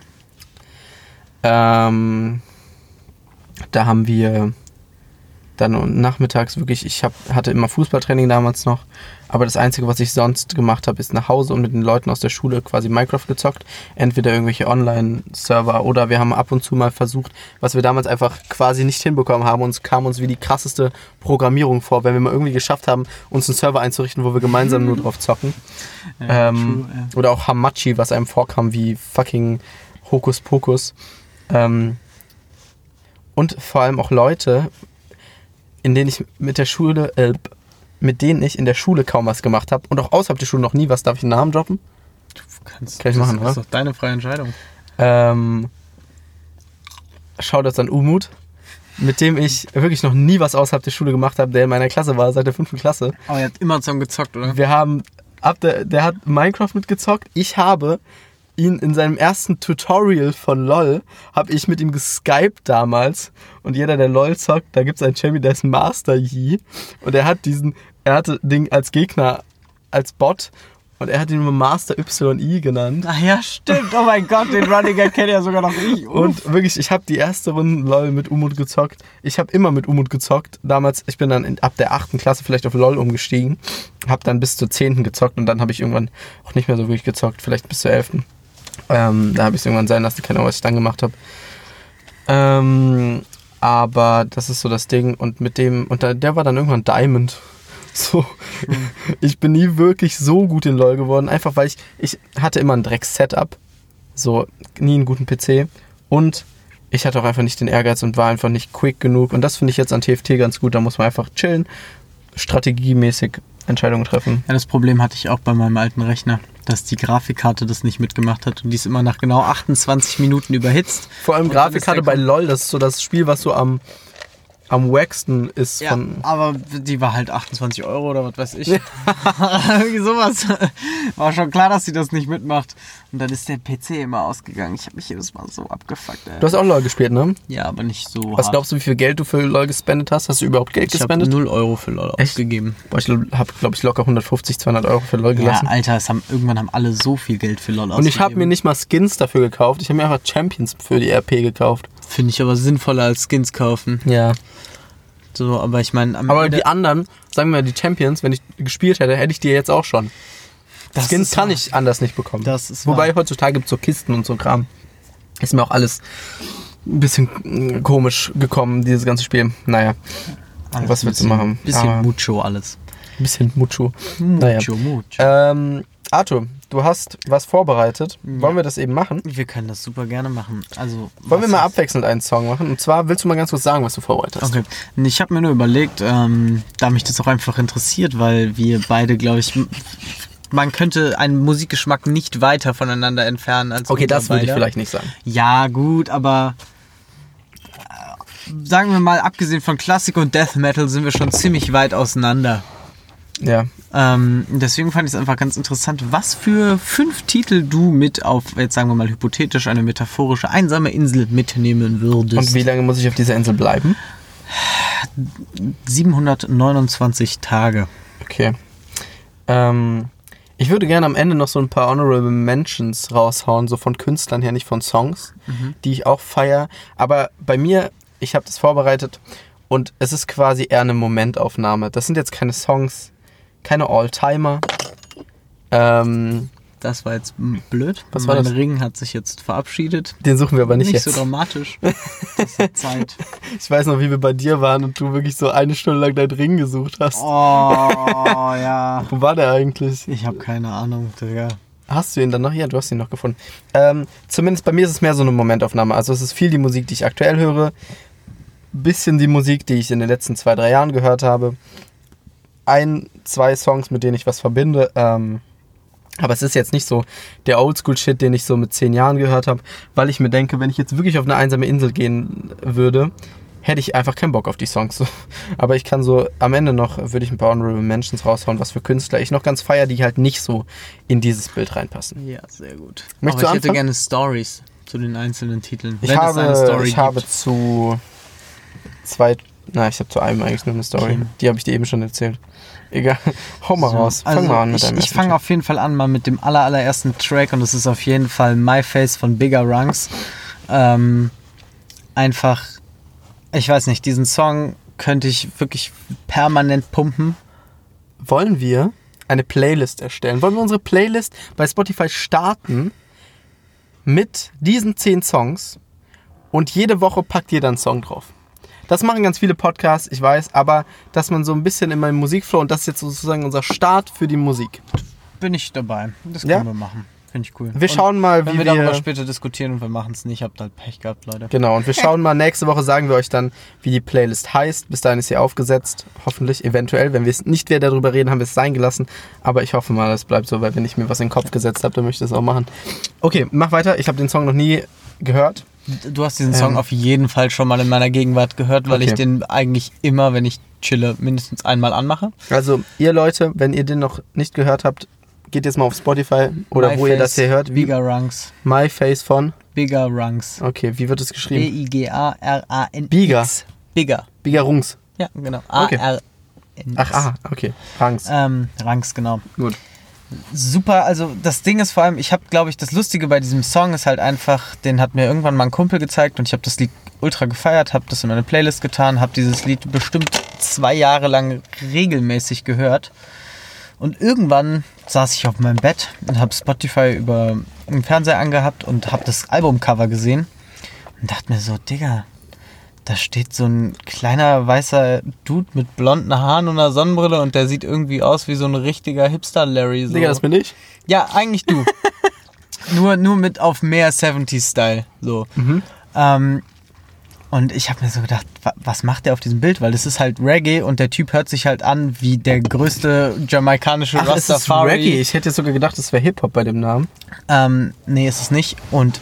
Ähm, da haben wir dann nachmittags wirklich, ich hab, hatte immer Fußballtraining damals noch, aber das Einzige, was ich sonst gemacht habe, ist nach Hause und mit den Leuten aus der Schule quasi Minecraft gezockt. Entweder irgendwelche Online-Server oder wir haben ab und zu mal versucht, was wir damals einfach quasi nicht hinbekommen haben, uns kam uns wie die krasseste Programmierung vor, wenn wir mal irgendwie geschafft haben, uns einen Server einzurichten, wo wir gemeinsam nur drauf zocken. Ja, ähm, true, ja. Oder auch Hamachi, was einem vorkam wie fucking Hokuspokus. Ähm, und vor allem auch Leute, in denen ich mit der Schule, äh, mit denen ich in der Schule kaum was gemacht habe und auch außerhalb der Schule noch nie was. Darf ich einen Namen droppen? Du kannst, Kann ich das machen, ist oder? doch deine freie Entscheidung. Ähm, Shoutouts an Umut, mit dem ich wirklich noch nie was außerhalb der Schule gemacht habe, der in meiner Klasse war, seit der fünften Klasse. Aber er hat immer zusammen gezockt, oder? Wir haben, ab der, der hat Minecraft mitgezockt. Ich habe ihn in seinem ersten Tutorial von LOL, habe ich mit ihm geskypt damals. Und jeder, der LOL zockt, da gibt es einen Champion, der ist Master Yi. Und er hat diesen, er hatte Ding als Gegner, als Bot. Und er hat ihn immer Master Y I genannt. Ach ja, stimmt. Oh mein Gott, den Running Gag kenne ja sogar noch ich. Und wirklich, ich habe die erste Runde LOL mit Umut gezockt. Ich habe immer mit Umut gezockt. Damals, ich bin dann in, ab der achten Klasse vielleicht auf LOL umgestiegen. Habe dann bis zur zehnten gezockt und dann habe ich irgendwann auch nicht mehr so wirklich gezockt. Vielleicht bis zur elften Ähm, da habe ich es irgendwann sein lassen. Keine Ahnung, was ich dann gemacht habe. Ähm, aber das ist so das Ding. Und mit dem, und da, der war dann irgendwann Diamond. So, ich bin nie wirklich so gut in LOL geworden, einfach weil ich, ich hatte immer ein Drecks-Setup, so, nie einen guten P C und ich hatte auch einfach nicht den Ehrgeiz und war einfach nicht quick genug und das finde ich jetzt an T F T ganz gut, da muss man einfach chillen, strategiemäßig Entscheidungen treffen. Ja, das Problem hatte ich auch bei meinem alten Rechner, dass die Grafikkarte das nicht mitgemacht hat und die ist immer nach genau achtundzwanzig Minuten überhitzt. Vor allem Und dann ist Grafikkarte der bei LOL, das ist so das Spiel, was so am am wacksten ist Ja, von... aber die war halt achtundzwanzig Euro oder was weiß ich. Irgendwie sowas. War schon klar, dass sie das nicht mitmacht. Und dann ist der P C immer ausgegangen. Ich habe mich jedes Mal so abgefuckt, ey. Du hast auch LOL gespielt, ne? Ja, aber nicht so Was hart. glaubst du, wie viel Geld du für LOL gespendet hast? Hast du überhaupt Geld Ich habe gespendet? null Euro für LOL Echt? ausgegeben. Boah, ich habe, glaube ich, locker hundertfünfzig, zweihundert Euro für LOL gelassen. Ja, Alter, es haben, irgendwann haben alle so viel Geld für LOL ausgegeben. Und ich habe mir nicht mal Skins dafür gekauft. Ich habe mir einfach Champions für die R P gekauft. Finde ich aber sinnvoller als Skins kaufen. Ja. So, aber ich meine, am Aber Ende... die anderen, sagen wir mal die Champions, wenn ich gespielt hätte, hätte ich die jetzt auch schon. Das Skins ist kann wahr. ich anders nicht bekommen. Das ist Wobei wahr. heutzutage gibt es so Kisten und so Kram. Ist mir auch alles ein bisschen mm, komisch gekommen, dieses ganze Spiel. Naja, Alles was ein willst du bisschen- machen? Bisschen Aber- Mucho alles. ein bisschen Mucho. Mucho, Naja. Mucho. Ähm, Arthur, du hast was vorbereitet. Wollen wir das eben machen? Wir können das super gerne machen. Also, Wollen wir was mal ist- abwechselnd einen Song machen? Und zwar willst du mal ganz kurz sagen, was du vorbereitet hast. Okay. Ich habe mir nur überlegt, ähm, da mich das auch einfach interessiert, weil wir beide, glaube ich, m- man könnte einen Musikgeschmack nicht weiter voneinander entfernen als Okay, das würde ich mittlerweile. vielleicht nicht sagen. Ja, gut, aber äh, sagen wir mal, abgesehen von Klassik und Death Metal sind wir schon ziemlich weit auseinander. Ja. Ähm, deswegen fand ich es einfach ganz interessant, was für fünf Titel du mit auf, jetzt sagen wir mal hypothetisch, eine metaphorische einsame Insel mitnehmen würdest. Und wie lange muss ich auf dieser Insel bleiben? siebenhundertneunundzwanzig Tage. Okay. Ähm, ich würde gerne am Ende noch so ein paar Honorable Mentions raushauen, so von Künstlern her, nicht von Songs, die ich auch feiere. Aber bei mir, ich habe das vorbereitet und es ist quasi eher eine Momentaufnahme. Das sind jetzt keine Songs, keine All-Timer. Ähm, Das war jetzt m, blöd. Was war mein das? Ring hat sich jetzt verabschiedet. den suchen wir aber nicht, Nicht jetzt. so dramatisch. Das hat Zeit. Ich weiß noch, wie wir bei dir waren und du wirklich so eine Stunde lang deinen Ring gesucht hast. Oh, ja. Wo war der eigentlich? Ich habe keine Ahnung, Digga. Hast du ihn dann noch? Ja, du hast ihn noch gefunden. Ähm, zumindest bei mir ist es mehr so eine Momentaufnahme. Also es ist viel die Musik, die ich aktuell höre. Bisschen die Musik, die ich in den letzten zwei, drei Jahren gehört habe. Ein, zwei Songs, mit denen ich was verbinde. Ähm, aber es ist jetzt nicht so der Oldschool-Shit, den ich so mit zehn Jahren gehört habe. Weil ich mir denke, wenn ich jetzt wirklich auf eine einsame Insel gehen würde, hätte ich einfach keinen Bock auf die Songs. Aber ich kann so am Ende noch, würde ich ein paar Honorable Mentions raushauen, was für Künstler ich noch ganz feiere, die halt nicht so in dieses Bild reinpassen. Ja, sehr gut. Möchtest Aber du ich hätte anfangen? gerne Stories zu den einzelnen Titeln. Ich, wenn es eine habe, Story ich gibt. habe zu zwei, na, ich habe zu einem eigentlich nur eine Story. Okay. Die habe ich dir eben schon erzählt. Egal, hau mal So, raus. Fang also mal an mit ich, deinem Ich ersten fange Track. auf jeden Fall an mal mit dem aller, allerersten Track und das ist auf jeden Fall My Face von Bigger Rungs. Ähm, einfach, ich weiß nicht, diesen Song könnte ich wirklich permanent pumpen. Wollen wir eine Playlist erstellen? Wollen wir unsere Playlist bei Spotify starten mit diesen zehn Songs und jede Woche packt jeder einen Song drauf? Das machen ganz viele Podcasts, ich weiß, aber dass man so ein bisschen in meinem Musikflow, und das ist jetzt sozusagen unser Start für die Musik. Bin ich dabei. Das können Ja? wir machen. Finde ich cool. Wir Und schauen mal, wenn wie wir wir... darüber später diskutieren und wir machen es nicht, habt halt Pech gehabt, Leute. Genau, und wir schauen mal, nächste Woche sagen wir euch dann, wie die Playlist heißt. Bis dahin ist sie aufgesetzt, hoffentlich, eventuell. Wenn wir es nicht mehr darüber reden, haben wir es sein gelassen. Aber ich hoffe mal, es bleibt so, weil wenn ich mir was in den Kopf gesetzt habe, dann möchte ich das auch machen. Okay, mach weiter. Ich habe den Song noch nie gehört. Du hast diesen Song Ähm. auf jeden Fall schon mal in meiner Gegenwart gehört, weil Okay. ich den eigentlich immer, wenn ich chille, mindestens einmal anmache. Also, ihr Leute, wenn ihr den noch nicht gehört habt, geht jetzt mal auf Spotify oder My wo ihr Face, das hier hört. Wie Bigger Rungs. My Face von... Bigger Rungs. Okay, wie wird es B geschrieben? I G A R A N X. Bigger. Bigger. Bigarungs. Ja, genau. A Okay. R N X. Ach, ah, okay. Rangs. Ähm, Rangs, genau. Gut. Super, also das Ding ist vor allem, ich habe, glaube ich, das Lustige bei diesem Song ist halt einfach, den hat mir irgendwann mal ein Kumpel gezeigt und ich habe das Lied ultra gefeiert, habe das in meine Playlist getan, habe dieses Lied bestimmt zwei Jahre lang regelmäßig gehört. Und irgendwann saß ich auf meinem Bett und habe Spotify über den Fernseher angehabt und habe das Albumcover gesehen und dachte mir so, Digga, da steht so ein kleiner weißer Dude mit blonden Haaren und einer Sonnenbrille und der sieht irgendwie aus wie so ein richtiger Hipster-Larry. So. Digga, das bin ich. Ja, eigentlich du. nur, nur mit auf mehr siebziger-Style. So. Mhm. Ähm, und ich habe mir so gedacht, wa- was macht der auf diesem Bild? Weil das ist halt Reggae und der Typ hört sich halt an wie der größte jamaikanische Ach, es ist Rastafari. Reggae. Ich hätte sogar gedacht, das wäre Hip-Hop bei dem Namen. Ähm, nee, ist es nicht. Und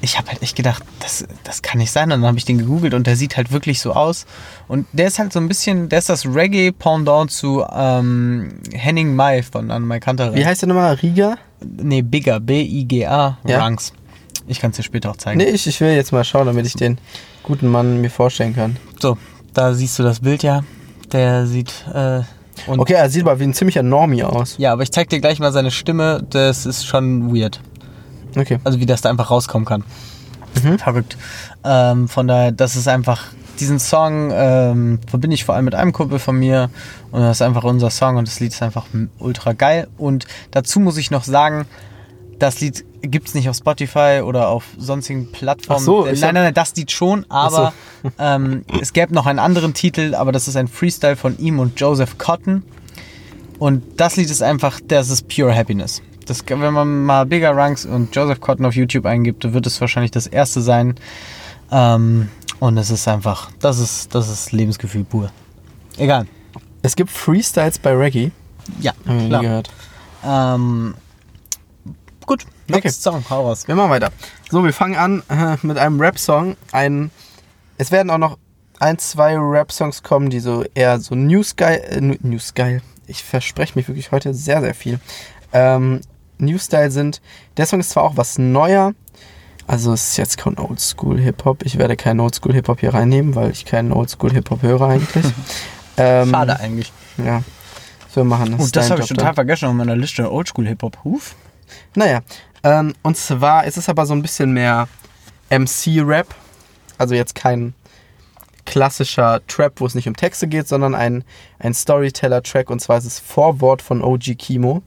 ich habe halt echt gedacht, das, das kann nicht sein. Und dann habe ich den gegoogelt und der sieht halt wirklich so aus. Und der ist halt so ein bisschen, der ist das Reggae-Pendant zu ähm, Henning Mai von Annemai Kantereit. Wie heißt der nochmal? Riga? Nee, Bigger, B I G A, Ja. Ranks. Ich kann es dir später auch zeigen. Nee, ich, ich will jetzt mal schauen, damit ich den guten Mann mir vorstellen kann. So, da siehst du das Bild ja. Der sieht... Äh, und Okay, er sieht aber wie ein ziemlicher Normie aus. ja, aber ich zeig dir gleich mal seine Stimme. Das ist schon weird. Okay. Also wie das da einfach rauskommen kann. Mhm. Verrückt. Ähm, von daher, das ist einfach... Diesen Song ähm, verbinde ich vor allem mit einem Kumpel von mir. Und das ist einfach unser Song und das Lied ist einfach ultra geil. Und dazu muss ich noch sagen, das Lied gibt es nicht auf Spotify oder auf sonstigen Plattformen. Ach so, nein, ich nein, hab- nein, das Lied schon, aber ähm, es gäbe noch einen anderen Titel, aber das ist ein Freestyle von ihm und Joseph Cotton. Und das Lied ist einfach, das ist pure Happiness. Das, wenn man mal Bigger Ranks und Joseph Cotton auf YouTube eingibt, wird es wahrscheinlich das erste sein. Ähm, und es ist einfach, das ist, das ist Lebensgefühl pur. Egal. Es gibt Freestyles bei Reggae. Ja, Haben wir nie klar. gehört. Ähm, gut, next Song, hau raus. Wir machen weiter. So, wir fangen an äh, mit einem Rap-Song. Ein, es werden auch noch ein, zwei Rap-Songs kommen, die so eher so New-Style, äh, New-Style, ich verspreche mich wirklich heute sehr, sehr viel, ähm, New-Style sind. Der Song ist zwar auch was neuer, also es ist jetzt kein Oldschool-Hip-Hop. Ich werde keinen Oldschool-Hip-Hop hier reinnehmen, weil ich keinen Oldschool-Hip-Hop höre eigentlich. ähm, Schade eigentlich. Ja, so wir machen das. Und ist das dein habe ich Job total dann. vergessen auf meiner Liste. Oldschool-Hip-Hop. Huf. Naja, ähm, und zwar ist es aber so ein bisschen mehr M C-Rap. Also jetzt kein klassischer Trap, wo es nicht um Texte geht, sondern ein, ein Storyteller-Track. Und zwar ist es Vorwort von O G Kimo.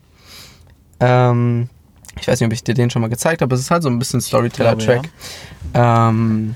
Ähm, ich weiß nicht, ob ich dir den schon mal gezeigt habe. Es ist halt so ein bisschen Storyteller-Track. Ja, ähm,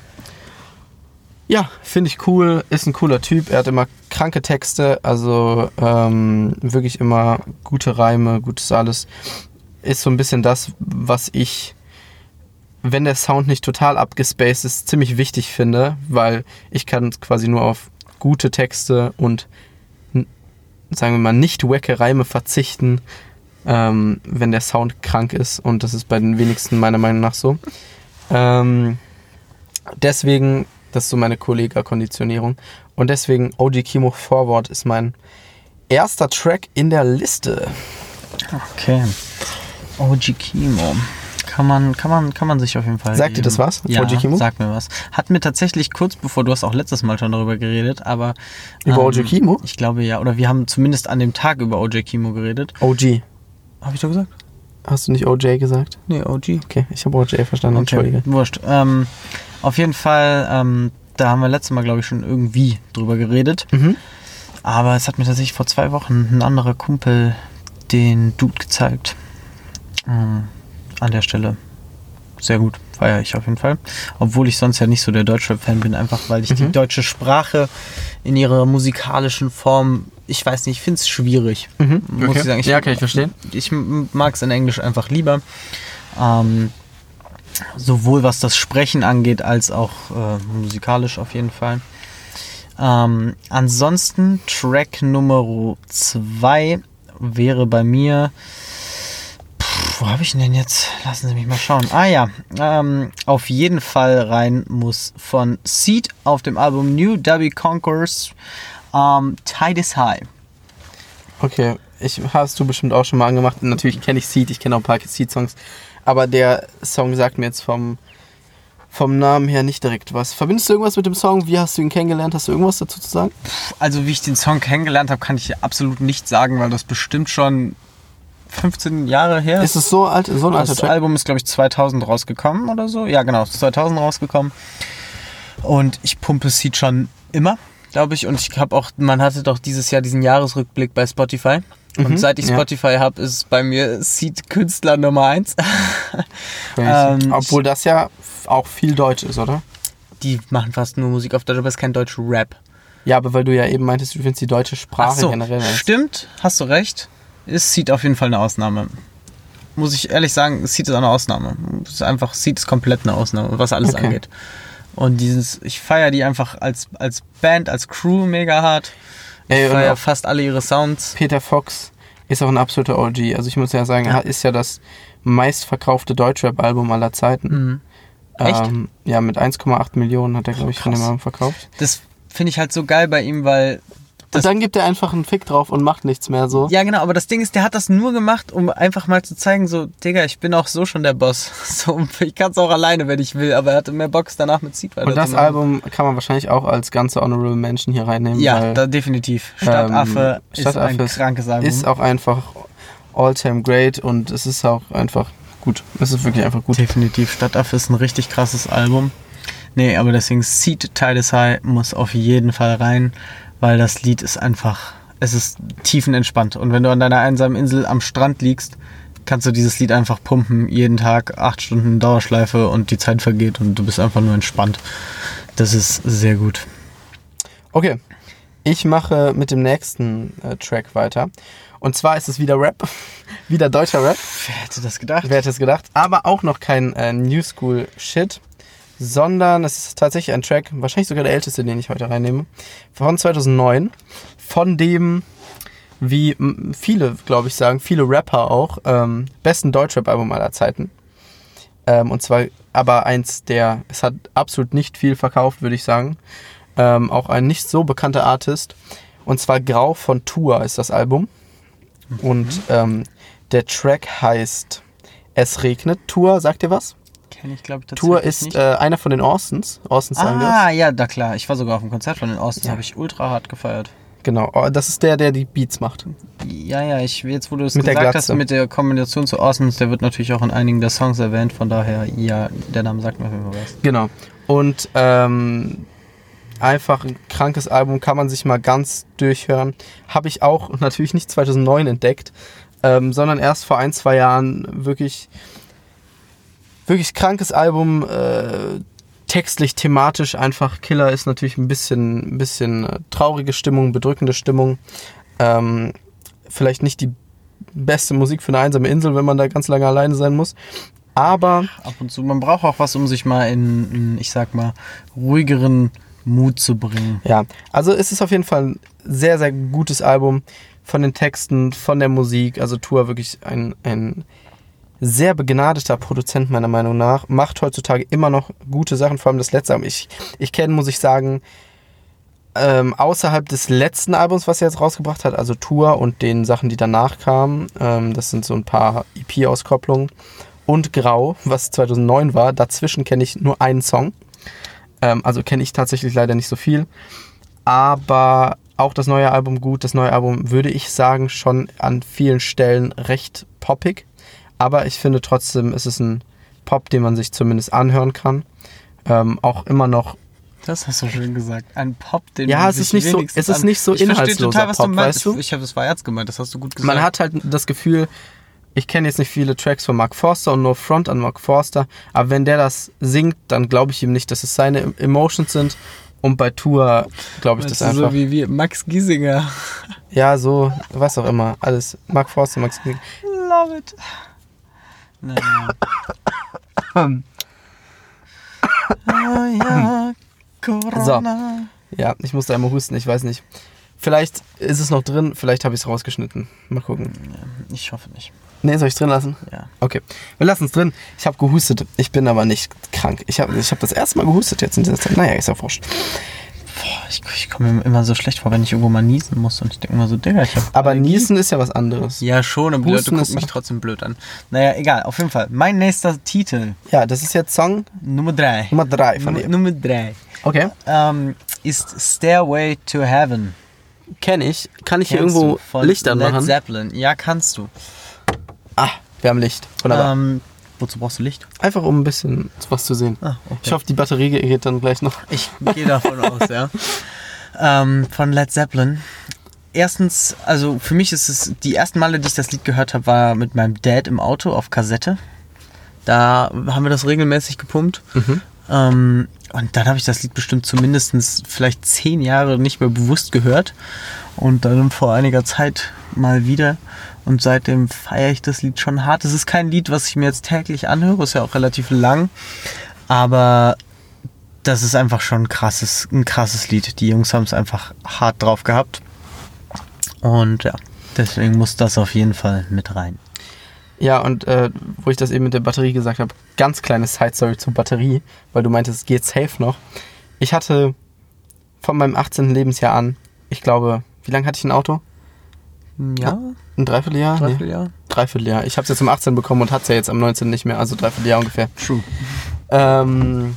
ja finde ich cool. Ist ein cooler Typ. Er hat immer kranke Texte. Also ähm, wirklich immer gute Reime, gutes alles. Ist so ein bisschen das, was ich, wenn der Sound nicht total abgespaced ist, ziemlich wichtig finde, weil ich kann quasi nur auf gute Texte und, sagen wir mal, nicht wacke Reime verzichten, ähm, wenn der Sound krank ist, und das ist bei den wenigsten meiner Meinung nach so. Ähm, deswegen, das ist so meine Kollega-Konditionierung, und deswegen O G Kimo Forward ist mein erster Track in der Liste. Okay. O G Kimo. Kann man, kann man, kann man sich auf jeden Fall Sagt dir geben. das was? Ja, O G Kimo? sagt mir was. Hat mir tatsächlich kurz bevor, du hast auch letztes Mal schon darüber geredet, aber... Über ähm, O G Kimo? Ich glaube ja, oder wir haben zumindest an dem Tag über O G Kimo geredet. O G. Habe ich doch gesagt? Hast du nicht O J gesagt? Nee, O G. Okay, ich habe O J verstanden, Okay, entschuldige. wurscht. Ähm, auf jeden Fall, ähm, da haben wir letztes Mal, glaube ich, schon irgendwie drüber geredet. Mhm. Aber es hat mir tatsächlich vor zwei Wochen ein anderer Kumpel den Dude gezeigt. Ähm, an der Stelle. Sehr gut, feiere ich auf jeden Fall. Obwohl ich sonst ja nicht so der Deutschrap-Fan bin, einfach weil ich Mhm. die deutsche Sprache in ihrer musikalischen Form, ich weiß nicht, ich finde es schwierig. Mhm. Muss Okay. ich sagen. Ich, Ja, kann ich verstehen. Ich mag es in Englisch einfach lieber. Ähm, sowohl was das Sprechen angeht, als auch äh, musikalisch auf jeden Fall. Ähm, ansonsten Track Nummer zwei wäre bei mir... Pff, wo habe ich ihn denn jetzt? Lassen Sie mich mal schauen. Ah ja, ähm, auf jeden Fall rein muss von Seed auf dem Album New W Conquers ähm, Tide is High. Okay, ich hast du bestimmt auch schon mal angemacht. Natürlich kenne ich Seed, ich kenne auch ein paar Seed-Songs. Aber der Song sagt mir jetzt vom, vom Namen her nicht direkt was. Verbindest du irgendwas mit dem Song? Wie hast du ihn kennengelernt? Hast du irgendwas dazu zu sagen? Also wie ich den Song kennengelernt habe, kann ich absolut nicht sagen, weil das bestimmt schon fünfzehn Jahre her Ist es so alt, so ein alter Das Track? Album ist, glaube ich, zweitausend rausgekommen oder so. Ja, genau, ist zweitausend rausgekommen. Und ich pumpe Seed schon immer, glaube ich. Und ich habe auch, man hatte doch dieses Jahr diesen Jahresrückblick bei Spotify. Und Mhm, seit ich ja. Spotify habe, ist es bei mir Seed Künstler Nummer eins. Crazy. ähm, Obwohl das ja auch viel Deutsch ist, oder? Die machen fast nur Musik auf Deutsch, aber es ist kein deutscher Rap. Ja, aber weil du ja eben meintest, du findest die deutsche Sprache Ach so, generell nice. stimmt, hast du recht. Ist Seed auf jeden Fall eine Ausnahme. Muss ich ehrlich sagen, Seed ist eine Ausnahme. Es ist einfach, Seed ist komplett eine Ausnahme, was alles Okay. angeht. Und dieses, ich feiere die einfach als, als Band, als Crew mega hart. Ich Ey, und feiere auch fast alle ihre Sounds. Peter Fox ist auch ein absoluter O G. Also ich muss ja sagen, Ja. ist ja das meistverkaufte Deutschrap-Album aller Zeiten. Mhm. Echt? Ähm, ja, mit eins Komma acht Millionen hat er, glaube ich, von dem Album verkauft. Das finde ich halt so geil bei ihm, weil... Und dann gibt er einfach einen Fick drauf und macht nichts mehr so. Ja, genau, aber das Ding ist, der hat das nur gemacht, um einfach mal zu zeigen, so, Digga, ich bin auch so schon der Boss. So, ich kann es auch alleine, wenn ich will, aber er hatte mehr Box danach mit Seed weiter. Und das Album kann man wahrscheinlich auch als ganze Honorable Mention hier reinnehmen. Ja, weil, da definitiv. Stadtaffe ähm, ist ein krankes Album. Ist auch einfach all-time great und es ist auch einfach gut. Es ist wirklich einfach gut. Definitiv. Stadtaffe ist ein richtig krasses Album. Nee, aber deswegen Seed Tide is High muss auf jeden Fall rein, weil das Lied ist einfach, es ist tiefenentspannt. Und wenn du an deiner einsamen Insel am Strand liegst, kannst du dieses Lied einfach pumpen, jeden Tag, acht Stunden Dauerschleife und die Zeit vergeht und du bist einfach nur entspannt. Das ist sehr gut. Okay, ich mache mit dem nächsten äh, Track weiter. Und zwar ist es wieder Rap, wieder deutscher Rap. Wer hätte das gedacht? Wer hätte es gedacht? Aber auch noch kein äh, New School Shit, sondern es ist tatsächlich ein Track, wahrscheinlich sogar der älteste, den ich heute reinnehme, von zweitausendneun, von dem, wie viele, glaube ich, sagen, viele Rapper auch, ähm, besten Deutschrap-Album aller Zeiten. Ähm, und zwar aber eins der, es hat absolut nicht viel verkauft, würde ich sagen. Ähm, auch ein nicht so bekannter Artist. Und zwar Grau von Tour ist das Album. Mhm. Und ähm, der Track heißt Es regnet. Tour, sagt ihr was? Kenn ich, glaube ich, Tour ist äh, einer von den Austins. Austins sagen wir Ah, ja, da klar. Ich war sogar auf dem Konzert von den Austins, Ja. habe ich ultra hart gefeiert. Genau, das ist der, der die Beats macht. Ja, ja, ich, jetzt wo du es Mit der gesagt hast, Glatze. mit der Kombination zu Austins, der wird natürlich auch in einigen der Songs erwähnt, von daher, ja, der Name sagt mir auf jeden Fall was. Genau. Und ähm, einfach ein krankes Album, kann man sich mal ganz durchhören. Habe ich auch natürlich nicht zweitausendneun entdeckt, ähm, sondern erst vor ein, zwei Jahren. Wirklich, wirklich krankes Album, äh, textlich, thematisch einfach Killer, ist natürlich ein bisschen, ein bisschen äh, traurige Stimmung, bedrückende Stimmung. Ähm, vielleicht nicht die beste Musik für eine einsame Insel, wenn man da ganz lange alleine sein muss. Aber Ab und zu, man braucht auch was, um sich mal in, in ich sag mal, ruhigeren Mut zu bringen. ja, also es ist auf jeden Fall ein sehr, sehr gutes Album von den Texten, von der Musik. Also Tour wirklich ein, ein sehr begnadeter Produzent meiner Meinung nach. Macht heutzutage immer noch gute Sachen, vor allem das letzte Album. Ich, ich kenne, muss ich sagen, ähm, außerhalb des letzten Albums, was er jetzt rausgebracht hat, also Tour und den Sachen, die danach kamen, ähm, das sind so ein paar E P-Auskopplungen, und Grau, was zweitausendneun war, dazwischen kenne ich nur einen Song. Ähm, also kenne ich tatsächlich leider nicht so viel. Aber auch das neue Album gut. Das neue Album, würde ich sagen, schon an vielen Stellen recht poppig. Aber ich finde trotzdem, es ist ein Pop, den man sich zumindest anhören kann. Ähm, auch immer noch. Das hast du schön gesagt. Ein Pop, den Ja, man es sich ist nicht so, wenigstens es ist an- nicht so Ich verstehe inhaltsloser total, was Pop, du meinst. weißt du? Ich, ich habe das war ernst gemeint, das hast du gut gesagt. Man hat halt das Gefühl, ich kenne jetzt nicht viele Tracks von Mark Forster und No Front an Mark Forster, aber wenn der das singt, dann glaube ich ihm nicht, dass es seine Emotions sind. Und bei Tour glaube ich Meinst das du einfach. so wie, wie Max Giesinger. Ja, so, was auch immer. Alles. Mark Forster, Max Giesinger. Love it. Naja. Ah, ja, Corona. Ja, ich musste einmal husten, ich weiß nicht. Vielleicht ist es noch drin, vielleicht habe ich es rausgeschnitten. Mal gucken. Ich hoffe nicht. Nee, soll ich es drin lassen? Ja. Okay, wir lassen es drin. Ich habe gehustet, ich bin aber nicht krank. Ich habe ich hab das erste Mal gehustet jetzt in dieser Zeit. Naja, ist ja wurscht. Boah, ich, ich komme mir immer so schlecht vor, wenn ich irgendwo mal niesen muss und ich denke immer so, Digga, ich habe Aber Niesen ist ja was anderes. Ja, schon, aber die Leute Husten ist gucken mich doch- trotzdem blöd an. Naja, egal, auf jeden Fall. Mein nächster Titel, Ja, das ist jetzt Song Nummer drei. Nummer drei von Nummer, dir. Nummer drei. Okay, Ähm, ist Stairway to Heaven. kenne ich. Kann ich hier Kennst irgendwo du von Licht Led anmachen? Zeppelin. Ja, kannst du. Ah, wir haben Licht. Wunderbar. Ähm, wozu brauchst du Licht? Einfach um ein bisschen was zu sehen. Ah, okay. Ich hoffe, die Batterie geht dann gleich noch. Ich gehe davon aus, ja. Ähm, von Led Zeppelin. Erstens, also für mich ist es, die ersten Male, die ich das Lied gehört habe, war mit meinem Dad im Auto auf Kassette. Da haben wir das regelmäßig gepumpt. Mhm. Ähm, und dann habe ich das Lied bestimmt zumindest vielleicht zehn Jahre nicht mehr bewusst gehört. Und dann vor einiger Zeit mal wieder. Und seitdem feiere ich das Lied schon hart. Es ist kein Lied, was ich mir jetzt täglich anhöre. Ist ja auch relativ lang. Aber das ist einfach schon ein krasses, ein krasses Lied. Die Jungs haben es einfach hart drauf gehabt. Und ja, deswegen muss das auf jeden Fall mit rein. Ja, und äh, wo ich das eben mit der Batterie gesagt habe, ganz kleine Side-Story zur Batterie, weil du meintest, es geht safe noch. Ich hatte von meinem achtzehnten Lebensjahr an, ich glaube, wie lange hatte ich ein Auto? Ja. Ein Dreivierteljahr? Dreivierteljahr? Nee. Dreivierteljahr. Ich habe es jetzt am achtzehnten bekommen und hatte es ja jetzt am neunzehnten nicht mehr, also Dreivierteljahr ungefähr. True. Ähm,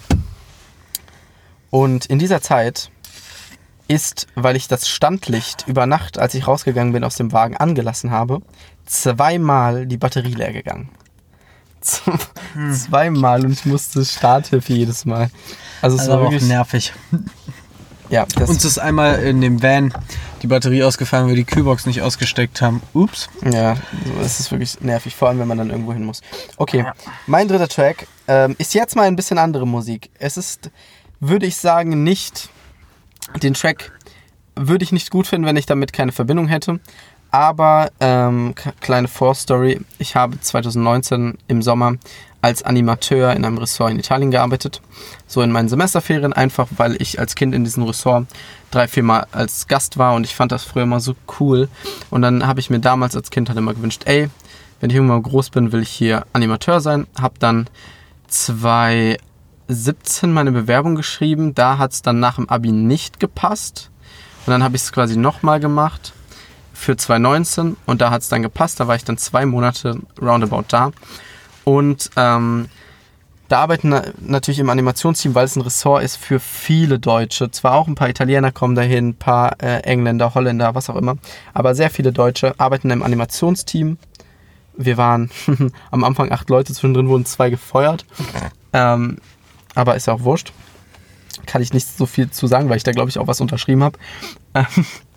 und in dieser Zeit ist, weil ich das Standlicht über Nacht, als ich rausgegangen bin aus dem Wagen, angelassen habe, zweimal die Batterie leer gegangen. Z- hm. Zweimal und ich musste Starthilfe jedes Mal. Also es also war auch wirklich nervig. Ja, das Uns ist einmal in dem Van die Batterie ausgefallen, weil wir die Kühlbox nicht ausgesteckt haben. Ups. Ja, es ist wirklich nervig, vor allem wenn man dann irgendwo hin muss. Okay, mein dritter Track ähm, ist jetzt mal ein bisschen andere Musik. Es ist, würde ich sagen, nicht, den Track würde ich nicht gut finden, wenn ich damit keine Verbindung hätte. Aber, ähm, k- kleine Vorstory, ich habe zwanzig neunzehn im Sommer als Animateur in einem Ressort in Italien gearbeitet. So in meinen Semesterferien, einfach weil ich als Kind in diesem Ressort drei, vier Mal als Gast war und ich fand das früher immer so cool. Und dann habe ich mir damals als Kind halt immer gewünscht, ey, wenn ich irgendwann groß bin, will ich hier Animateur sein. Habe dann zwanzig siebzehn meine Bewerbung geschrieben, da hat es dann nach dem Abi nicht gepasst. Und dann habe ich es quasi nochmal gemacht für zwanzig neunzehn und da hat es dann gepasst. Da war ich dann zwei Monate roundabout da. Und ähm, da arbeiten na- natürlich im Animationsteam, weil es ein Ressort ist für viele Deutsche. Zwar auch ein paar Italiener kommen dahin, ein paar äh, Engländer, Holländer, was auch immer. Aber sehr viele Deutsche arbeiten im Animationsteam. Wir waren am Anfang acht Leute, zwischendrin wurden zwei gefeuert. Ähm, aber ist ja auch wurscht. Kann ich nicht so viel zu sagen, weil ich da, glaube ich, auch was unterschrieben habe. Ähm,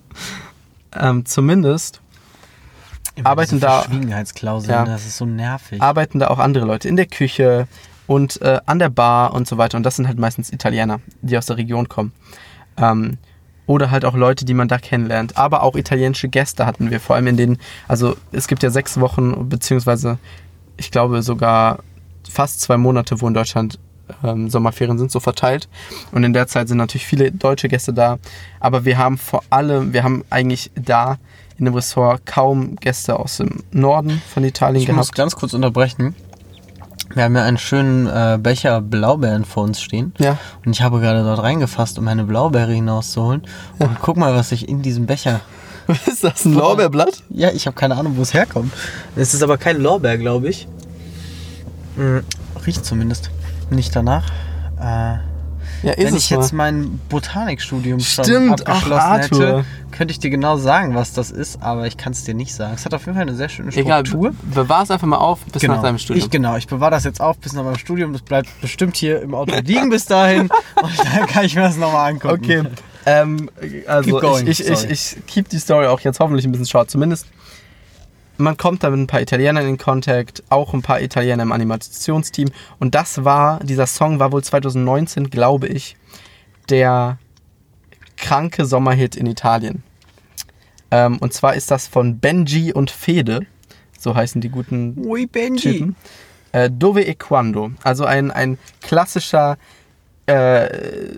ähm, zumindest Immer arbeiten diese da, Verschwiegenheitsklauseln, ja, das ist so nervig. arbeiten da auch andere Leute in der Küche und äh, an der Bar und so weiter. Und das sind halt meistens Italiener, die aus der Region kommen. Ähm, oder halt auch Leute, die man da kennenlernt. Aber auch italienische Gäste hatten wir, vor allem in den, also es gibt ja sechs Wochen, beziehungsweise ich glaube sogar fast zwei Monate, wo in Deutschland ähm, Sommerferien sind, so verteilt. Und in der Zeit sind natürlich viele deutsche Gäste da. Aber wir haben vor allem, wir haben eigentlich da in dem Ressort kaum Gäste aus dem Norden von Italien ich gehabt. muss ganz kurz unterbrechen. Wir haben ja einen schönen äh, Becher Blaubeeren vor uns stehen. Ja. Und ich habe gerade dort reingefasst, um eine Blaubeere hinauszuholen. Ja. Und guck mal, was ich in diesem Becher... Ist das ein Lorbeerblatt? Ja, ich habe keine Ahnung, wo es herkommt. Es ist aber kein Lorbeer, glaube ich. Hm, riecht zumindest nicht danach. Äh, Ja, ist Wenn es ich mal. jetzt mein Botanikstudium schon Stimmt, abgeschlossen ach, Arthur. hätte, könnte ich dir genau sagen, was das ist, aber ich kann es dir nicht sagen. Es hat auf jeden Fall eine sehr schöne Egal, Struktur. be- bewahr es einfach mal auf bis Genau. nach deinem Studium. Ich, genau, ich bewahre das jetzt auf bis nach meinem Studium. Das bleibt bestimmt hier im Auto liegen bis dahin. Und dann kann ich mir das nochmal angucken. Okay, ähm, also Keep going, ich, ich, ich, sorry. ich keep die Story auch jetzt hoffentlich ein bisschen short. Zumindest, man kommt da mit ein paar Italienern in Kontakt, auch ein paar Italiener im Animationsteam. Und das war, dieser Song war wohl zwanzig neunzehn, glaube ich, der kranke Sommerhit in Italien. Ähm, und zwar ist das von Benji und Fede, so heißen die guten Ui, Benji. Typen. Äh, Dove e Quando, also ein, ein klassischer äh,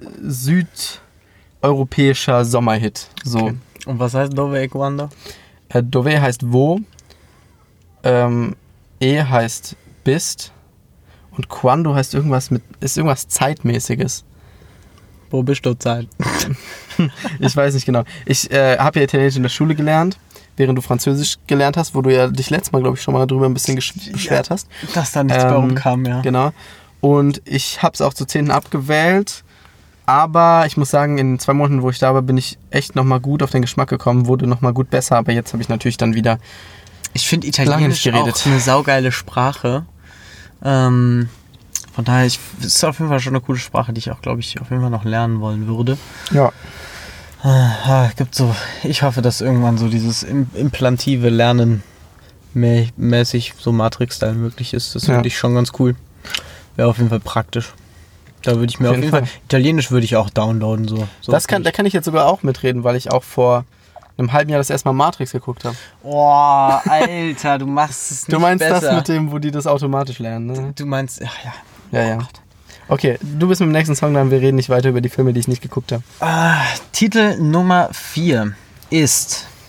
südeuropäischer Sommerhit. So. Okay. Und was heißt Dove e Quando? Äh, Dove heißt wo, ähm, E heißt bist und Quando heißt irgendwas mit, ist irgendwas Zeitmäßiges. Wo bist du Zeit? Ich weiß nicht genau. Ich äh, habe ja Italienisch in der Schule gelernt, während du Französisch gelernt hast, wo du ja dich letztes Mal, glaube ich, schon mal darüber ein bisschen gesch- beschwert hast. Dass da nichts Ähm, bei rumkam, ja. Genau. Und ich habe es auch zur zehnten abgewählt. Aber ich muss sagen, in den zwei Monaten, wo ich da war, bin ich echt nochmal gut auf den Geschmack gekommen, wurde nochmal gut besser. Aber jetzt habe ich natürlich dann wieder... Ich finde Lange nicht Italienisch geredet. auch eine saugeile Sprache. Ähm, von daher, ich, es ist auf jeden Fall schon eine coole Sprache, die ich auch, glaube ich, auf jeden Fall noch lernen wollen würde. Ja. Ah, gibt so, ich hoffe, dass irgendwann so dieses im- implantive Lernen mä- mäßig so Matrix-Style möglich ist. Das Ja. finde ich schon ganz cool. Wäre auf jeden Fall praktisch. Da würde ich mir Auf auf jeden jeden Fall, Italienisch würde ich auch downloaden. So. so Das kann, da kann ich jetzt sogar auch mitreden, weil ich auch vor einem halben Jahr das erste Mal Matrix geguckt habe. Oh, Alter, du machst es nicht Du meinst besser. das mit dem, wo die das automatisch lernen, ne? Du meinst, ach ja. Ja, ja. Okay, du bist mit dem nächsten Song dran. Wir reden nicht weiter über die Filme, die ich nicht geguckt habe. Ah, Titel Nummer vier ist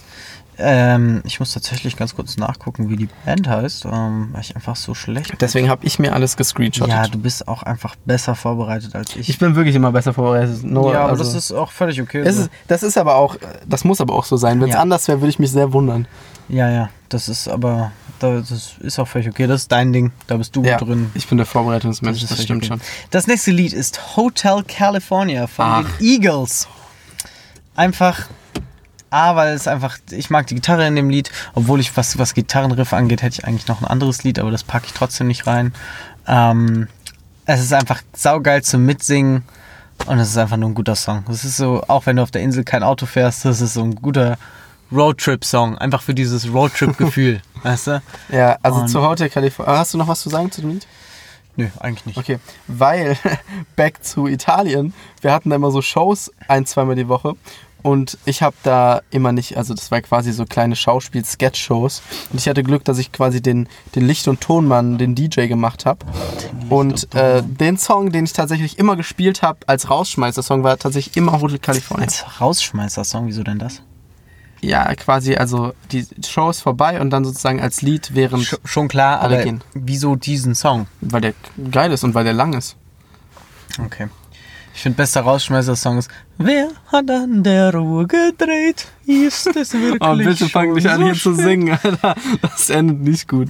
Ähm, ich muss tatsächlich ganz kurz nachgucken, wie die Band heißt, ähm, weil ich einfach so schlecht... Deswegen habe ich mir alles gescreenshottet. Ja, du bist auch einfach besser vorbereitet als ich. Ich bin wirklich immer besser vorbereitet. No, ja, aber also, das ist auch völlig okay. das, So. ist, das ist aber auch, das muss aber auch so sein. Wenn es Ja. anders wäre, würde ich mich sehr wundern. Ja, ja, das ist aber, das ist auch völlig okay. Das ist dein Ding, da bist du Ja, drin. ich bin der Vorbereitungsmensch, das, ist völlig stimmt okay. schon. Das nächste Lied ist Hotel California von Ach. den Eagles. Einfach, A, weil es einfach, ich mag die Gitarre in dem Lied, obwohl ich, was, was Gitarrenriff angeht, hätte ich eigentlich noch ein anderes Lied, aber das packe ich trotzdem nicht rein. Ähm, es ist einfach saugeil zum Mitsingen und es ist einfach nur ein guter Song. Es ist so, auch wenn du auf der Insel kein Auto fährst, das ist so ein guter Roadtrip-Song, einfach für dieses Roadtrip-Gefühl, weißt du? Ja, also Und- zu Hotel California. Hast du noch was zu sagen zu dem Lied? Nö, eigentlich nicht. Okay, weil, back zu Italien, wir hatten da immer so Shows ein-, zweimal die Woche und ich habe da immer nicht, also das war quasi so kleine Schauspiel-Sketch-Shows und ich hatte Glück, dass ich quasi den, den Licht- und Tonmann, den D J gemacht habe und äh, den Song, den ich tatsächlich immer gespielt habe als Rausschmeißer-Song, war tatsächlich immer Hotel California. Als Rausschmeißer-Song, wieso denn das? Ja, quasi, also die Show ist vorbei und dann sozusagen als Lied während, Sch- schon klar, alle aber gehen. wieso diesen Song? weil der geil ist und weil der lang ist. Okay. Ich finde, bester Rausschmeißer-Song ist Wer hat an der Ruhe gedreht? Ist es wirklich Oh, bitte fang schon nicht an so hier zu spät? singen, Alter. Das endet nicht gut.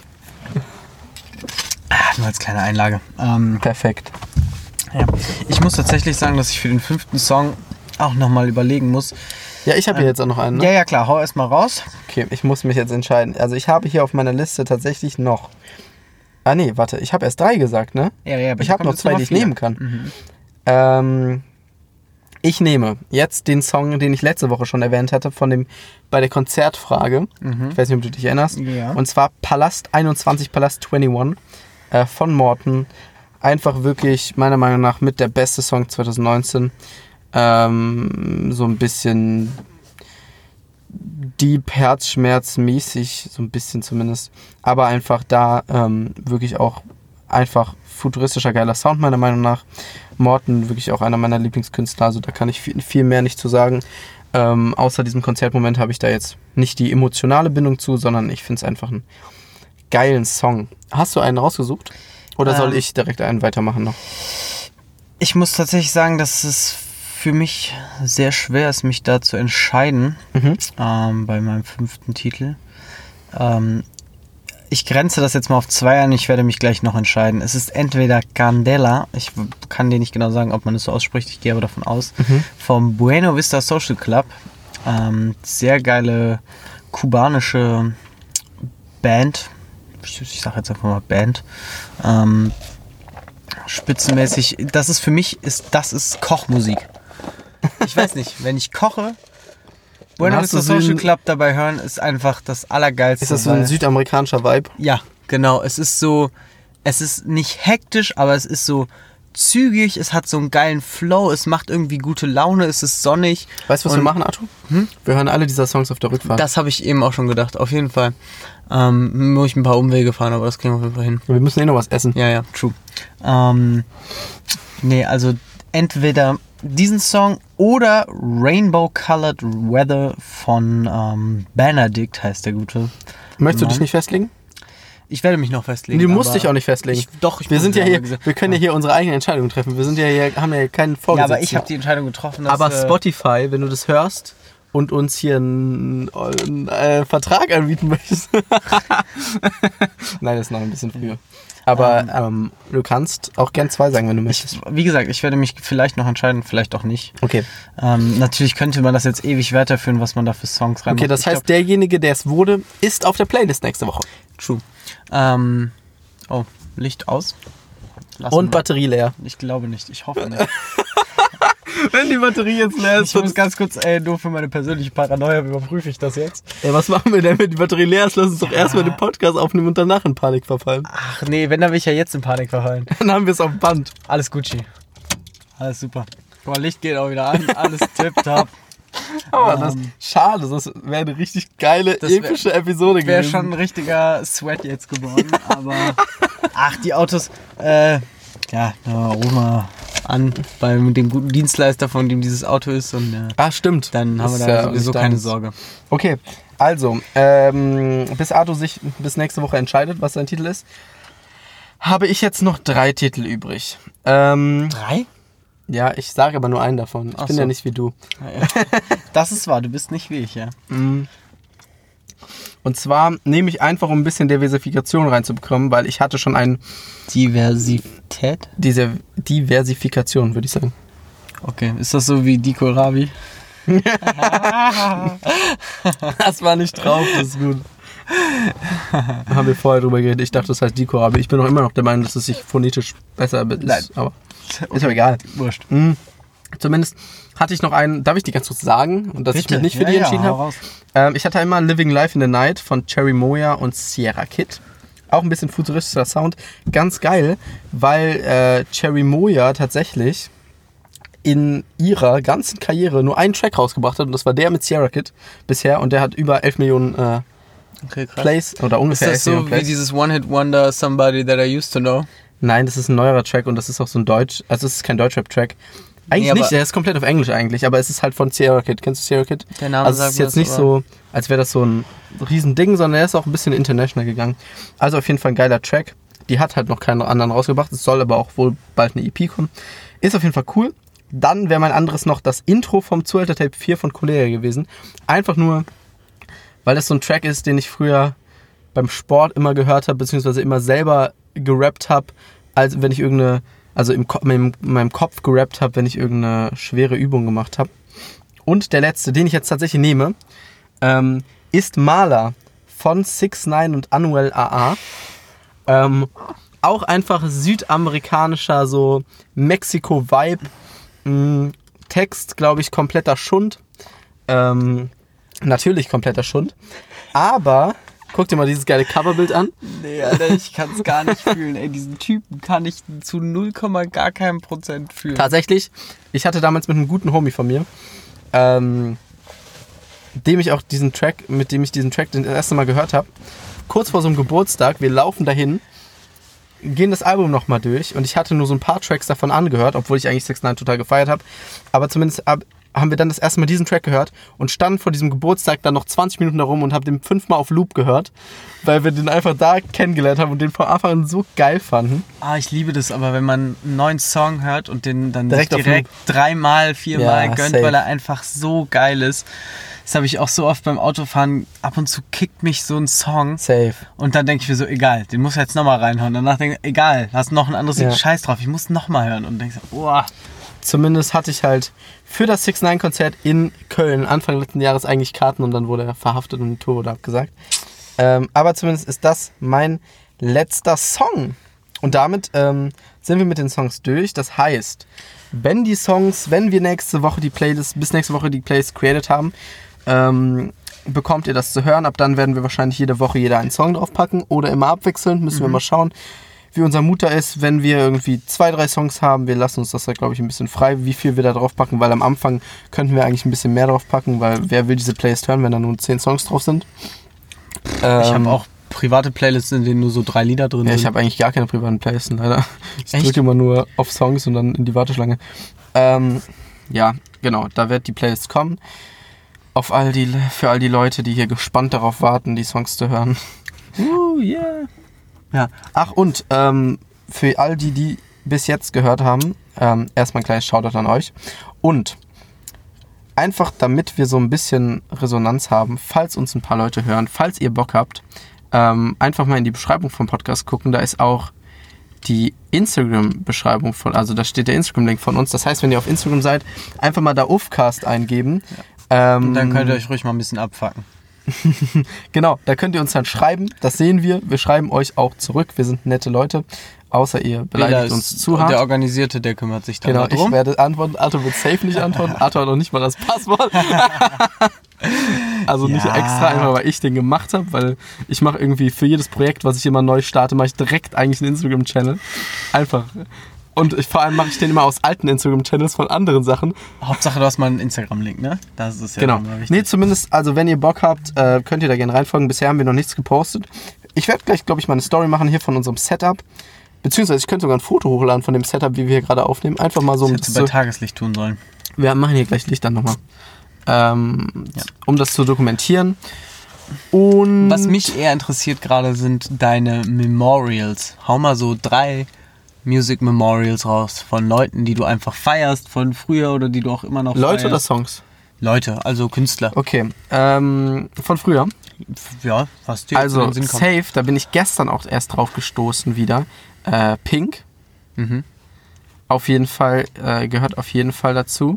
Ah, nur als kleine Einlage. Ähm, Perfekt. ja. Ich muss tatsächlich sagen, dass ich für den fünften Song auch nochmal überlegen muss. Ja, ich habe hier jetzt auch noch einen. Ne? Ja, ja, klar. Hau erstmal raus. Okay, ich muss mich jetzt entscheiden. Also ich habe hier auf meiner Liste tatsächlich noch... Ah nee, warte, ich habe erst drei gesagt, ne? Ja, ja, aber Ich habe noch zwei, die ich nehmen kann. Mhm. Ähm, ich nehme jetzt den Song, den ich letzte Woche schon erwähnt hatte, von dem bei der Konzertfrage. Mhm. Ich weiß nicht, ob du dich erinnerst. Ja. Und zwar Palast einundzwanzig, Palast einundzwanzig äh, von Morten. Einfach wirklich, meiner Meinung nach, mit der beste Song zwanzig neunzehn. Ähm, so ein bisschen deep, herzschmerzmäßig, so ein bisschen zumindest. Aber einfach da ähm, wirklich auch einfach futuristischer, geiler Sound, meiner Meinung nach. Morten, wirklich auch einer meiner Lieblingskünstler, also da kann ich viel, viel mehr nicht zu sagen. Ähm, außer diesem Konzertmoment habe ich da jetzt nicht die emotionale Bindung zu, sondern ich finde es einfach einen geilen Song. Hast du einen rausgesucht? Oder soll Ähm, ich direkt einen weitermachen noch? Ich muss tatsächlich sagen, dass es für mich sehr schwer ist, mich da zu entscheiden. Mhm. Ähm, bei meinem fünften Titel. Ähm, ich grenze das jetzt mal auf zwei an, ich werde mich gleich noch entscheiden. Es ist entweder Candela, ich w- kann dir nicht genau sagen, ob man es so ausspricht, ich gehe aber davon aus, Mhm. vom Bueno Vista Social Club. Ähm, sehr geile kubanische Band. Ich, ich sage jetzt einfach mal Band. Ähm, spitzenmäßig, das ist für mich, ist, das ist Kochmusik. Ich weiß nicht, wenn ich koche, Bueno hast Vista du so Social ein- Club dabei hören, ist einfach das Allergeilste. Ist das so ein weil- südamerikanischer Vibe? Ja, genau. Es ist so, es ist nicht hektisch, aber es ist so zügig, es hat so einen geilen Flow, es macht irgendwie gute Laune, es ist sonnig. Weißt du, was wir Und- machen, Arthur? Wir hören alle dieser Songs auf der Rückfahrt. Das habe ich eben auch schon gedacht, auf jeden Fall. Ähm, muss ich ein paar Umwege fahren, aber das kriegen wir auf jeden Fall hin. wir müssen eh noch was essen. Ja, ja, true. Ähm, nee, also entweder diesen Song oder Rainbow Colored Weather von ähm, Benedict heißt der gute. Möchtest du dich Mann. nicht festlegen? Ich werde mich noch festlegen. Du musst aber dich auch nicht festlegen. Ich, doch, ich Wir muss sind ja mich hier, haben wir gesagt. wir können ja hier unsere eigenen Entscheidungen treffen. Wir sind ja hier, haben ja keinen Ja, Vorgesetzten. aber ich habe die Entscheidung getroffen, dass... Aber äh, Spotify, wenn du das hörst und uns hier einen, einen äh, Vertrag anbieten möchtest. Nein, das ist noch ein bisschen früher. Aber ähm, du kannst auch gern zwei sagen, wenn du möchtest. Wie gesagt, ich werde mich vielleicht noch entscheiden, vielleicht auch nicht. Okay. Ähm, natürlich könnte man das jetzt ewig weiterführen, was man da für Songs reinmacht. Okay, das Ich heißt, derjenige, der es wurde, ist auf der Playlist nächste Woche. glaub, True. Ähm, oh, Licht aus. Lassen Und wir- Batterie leer. Ich glaube nicht, ich hoffe nicht. Wenn die Batterie jetzt leer Ich muss ganz kurz, ey, nur für meine persönliche Paranoia überprüfe ich das jetzt. Ey, was machen wir denn, wenn die Batterie leer ist? Lass uns doch erstmal den Podcast aufnehmen und danach in Panik verfallen. Ach nee, wenn, dann will ich ja jetzt in Panik verfallen. Dann haben wir es auf Band. Alles Gucci. Alles super. Guck mal, Licht geht auch wieder an, alles tipptopp. Aber das Ähm, schade, das wäre eine richtig geile, Das wär- epische Episode Wäre gewesen. schon ein richtiger Sweat jetzt geworden, aber ach, die Autos, äh, ja, da rufen wir an bei dem guten Dienstleister, von dem dieses Auto ist und äh, Ah, stimmt. dann haben Das wir ist da ja sowieso nicht keine deins. Sorge. Okay, Also, ähm, bis Arthur sich bis nächste Woche entscheidet, was sein Titel ist, habe ich jetzt noch drei Titel übrig. Ähm, Drei? Ja, ich sage aber nur einen davon. Ich Ach bin so. ja nicht wie du. Das ist wahr, du bist nicht wie ich, ja. Und zwar nehme ich einfach, um ein bisschen Diversifikation reinzubekommen, weil ich hatte schon einen... Diversität? Diese Diversifikation, würde ich sagen. Okay, ist das so wie die Kohlrabi? Das war nicht drauf, das ist gut. Haben wir vorher drüber geredet. Ich dachte, das heißt Diko, aber ich bin auch immer noch der Meinung, dass es sich phonetisch besser ist. Nein. Aber ist aber egal. Wurscht. Mhm. Zumindest hatte ich noch einen, darf ich die ganz kurz sagen? Und dass Bitte. ich mich nicht für Ja, die ja, entschieden hau habe. raus. Ähm, ich hatte einmal Living Life in the Night von Cherry Moya und Sierra Kid. Auch ein bisschen futuristischer Sound. Ganz geil, weil äh, Cherry Moya tatsächlich in ihrer ganzen Karriere nur einen Track rausgebracht hat. Und das war der mit Sierra Kid bisher. Und der hat über elf Millionen äh, Okay, krass. Plays oder Ist ungefähr das elf Millionen so wie Plays. dieses One-Hit-Wonder Somebody That I Used to Know? Nein, das ist ein neuerer Track und das ist auch so ein Deutsch, also es ist kein Deutschrap-Track. Eigentlich Nee, nicht, der ist komplett auf Englisch eigentlich, aber es ist halt von Sierra Kid. Kennst du Sierra Kid? Der Name Also es sagt ist jetzt was, nicht aber- so, als wäre das so ein Riesending, sondern er ist auch ein bisschen international gegangen. Also auf jeden Fall ein geiler Track. Die hat halt noch keinen anderen rausgebracht, es soll aber auch wohl bald eine E P kommen. Ist auf jeden Fall cool. Dann wäre mein anderes noch das Intro vom Zuhälter Tape vier von Cholera gewesen. Einfach nur, weil das so ein Track ist, den ich früher beim Sport immer gehört habe, beziehungsweise immer selber gerappt habe, als wenn ich irgendeine, also im Ko- in meinem Kopf gerappt habe, wenn ich irgendeine schwere Übung gemacht habe. Und der letzte, den ich jetzt tatsächlich nehme, ähm, ist Maler von six nine und Anuel A A. Ähm, auch einfach südamerikanischer, so Mexiko-Vibe. Mm, Text, glaube ich, kompletter Schund. Ähm, natürlich kompletter Schund. Aber, guck dir mal dieses geile Coverbild an. Nee, Alter, ich kann es gar nicht fühlen. Ey, diesen Typen kann ich zu null, gar keinem Prozent fühlen. Tatsächlich, ich hatte damals mit einem guten Homie von mir, ähm, dem ich auch diesen Track, mit dem ich diesen Track das erste Mal gehört habe, kurz vor so einem Geburtstag, wir laufen dahin, gehen das Album nochmal durch und ich hatte nur so ein paar Tracks davon angehört, obwohl ich eigentlich six nine total gefeiert habe, aber zumindest ab, haben wir dann das erste Mal diesen Track gehört und standen vor diesem Geburtstag dann noch zwanzig Minuten da rum und haben den fünfmal auf Loop gehört, weil wir den einfach da kennengelernt haben und den von Anfang an so geil fanden. Ah, ich liebe das, aber wenn man einen neuen Song hört und den dann Direkt direkt, auf direkt dreimal, viermal Ja, gönnt, safe. weil er einfach so geil ist. Das habe ich auch so oft beim Autofahren. Ab und zu kickt mich so ein Song Safe. und dann denke ich mir so, egal, den muss ich jetzt nochmal reinhauen. Danach denke ich, egal, hast noch ein anderes Lied, Ja. scheiß drauf, ich muss nochmal hören. Und denke so, boah. Zumindest hatte ich halt für das six nine Konzert in Köln Anfang letzten Jahres eigentlich Karten und dann wurde er verhaftet und die Tour wurde abgesagt. Ähm, aber zumindest ist das mein letzter Song. Und damit ähm, sind wir mit den Songs durch. Das heißt, wenn die Songs, wenn wir nächste Woche die Playlist, bis nächste Woche die Playlist created haben, ähm, bekommt ihr das zu hören. Ab dann werden wir wahrscheinlich jede Woche jeder einen Song draufpacken oder immer abwechselnd. Müssen wir mal schauen, wie unser Mutter ist, wenn wir irgendwie zwei, drei Songs haben. Wir lassen uns das da, glaube ich, ein bisschen frei, wie viel wir da drauf packen, weil am Anfang könnten wir eigentlich ein bisschen mehr drauf packen, weil wer will diese Playlist hören, wenn da nur zehn Songs drauf sind. Ähm, Ich habe auch private Playlists, in denen nur so drei Lieder drin Ja, sind. ich habe eigentlich gar keine privaten Playlisten, leider. Ich Echt? drücke immer nur auf Songs und dann in die Warteschlange. Ähm, ja, genau, da wird die Playlist kommen. Auf all die, für all die Leute, die hier gespannt darauf warten, die Songs zu hören. Uh, yeah. Ja. Ach, und ähm, für all die, die bis jetzt gehört haben, ähm, erstmal ein kleines Shoutout an euch. Und einfach damit wir so ein bisschen Resonanz haben, falls uns ein paar Leute hören, falls ihr Bock habt, ähm, einfach mal in die Beschreibung vom Podcast gucken. Da ist auch die Instagram-Beschreibung von, also da steht der Instagram-Link von uns. Das heißt, wenn ihr auf Instagram seid, einfach mal da Ufcast eingeben. Ähm, Und dann könnt ihr euch ruhig mal ein bisschen abfacken. Genau, da könnt ihr uns dann schreiben. Das sehen wir. Wir schreiben euch auch zurück. Wir sind nette Leute. Außer ihr beleidigt Bela uns ist zu hart. Der Organisierte, der kümmert sich dann Genau, ich darum. werde antworten. Arthur wird safe nicht antworten. Arthur hat noch nicht mal das Passwort. Also nicht Ja. extra, einfach weil ich den gemacht habe, weil ich mache irgendwie für jedes Projekt, was ich immer neu starte, mache ich direkt eigentlich einen Instagram-Channel. Einfach. Und ich, vor allem mache ich den immer aus alten Instagram-Channels von anderen Sachen. Hauptsache, du hast mal einen Instagram-Link, ne? Das ist ja Genau. immer wichtig. Nee, zumindest, also wenn ihr Bock habt, äh, könnt ihr da gerne reinfolgen. Bisher haben wir noch nichts gepostet. Ich werde gleich, glaube ich, mal eine Story machen hier von unserem Setup. Beziehungsweise ich könnte sogar ein Foto hochladen von dem Setup, wie wir hier gerade aufnehmen. Einfach mal so, um das das hättest du bei zu, Tageslicht tun sollen. wir machen hier gleich Licht dann nochmal. Ähm, Ja. Um das zu dokumentieren. Und Was mich eher interessiert gerade sind deine Memorials. Hau mal so drei Music Memorials raus von Leuten, die du einfach feierst von früher oder die du auch immer noch Leute feierst. oder Songs? Leute, also Künstler. Okay, ähm, von früher. Ja, was dir jetzt in Also den Sinn kommt. Safe, da bin ich gestern auch erst drauf gestoßen wieder. Äh, Pink. Mhm. Auf jeden Fall, äh, gehört auf jeden Fall dazu.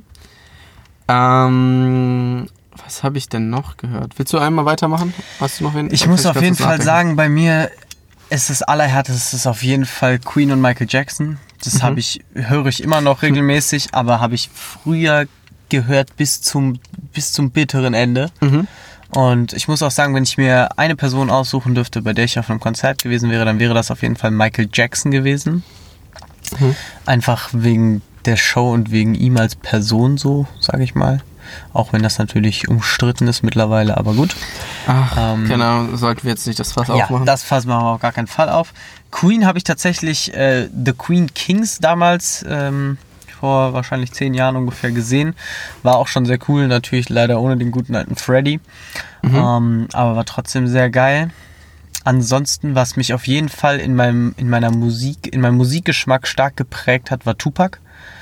Ähm, was habe ich denn noch gehört? Willst du einmal weitermachen? Hast du noch wen? Ich Da muss kann auf jeden kurz Fall nachdenken. sagen, bei mir ist das allerhärteste ist auf jeden Fall Queen und Michael Jackson. Das Mhm. habe ich, höre ich immer noch regelmäßig, aber habe ich früher gehört bis zum, bis zum bitteren Ende. Mhm. Und ich muss auch sagen, wenn ich mir eine Person aussuchen dürfte, bei der ich auf einem Konzert gewesen wäre, dann wäre das auf jeden Fall Michael Jackson gewesen. Mhm. Einfach wegen der Show und wegen ihm als Person so, sage ich mal. Auch wenn das natürlich umstritten ist mittlerweile, aber gut. Ach, Ähm, genau, sollten wir jetzt nicht das Fass Ja, aufmachen. das fassen wir aber auf gar keinen Fall auf. Queen habe ich tatsächlich äh, The Queen Kings damals ähm, vor wahrscheinlich zehn Jahren ungefähr gesehen. War auch schon sehr cool, natürlich leider ohne den guten alten Freddie. Mhm. Ähm, aber war trotzdem sehr geil. Ansonsten, was mich auf jeden Fall in meinem, in meiner Musik, in meinem Musikgeschmack stark geprägt hat, war Tupac.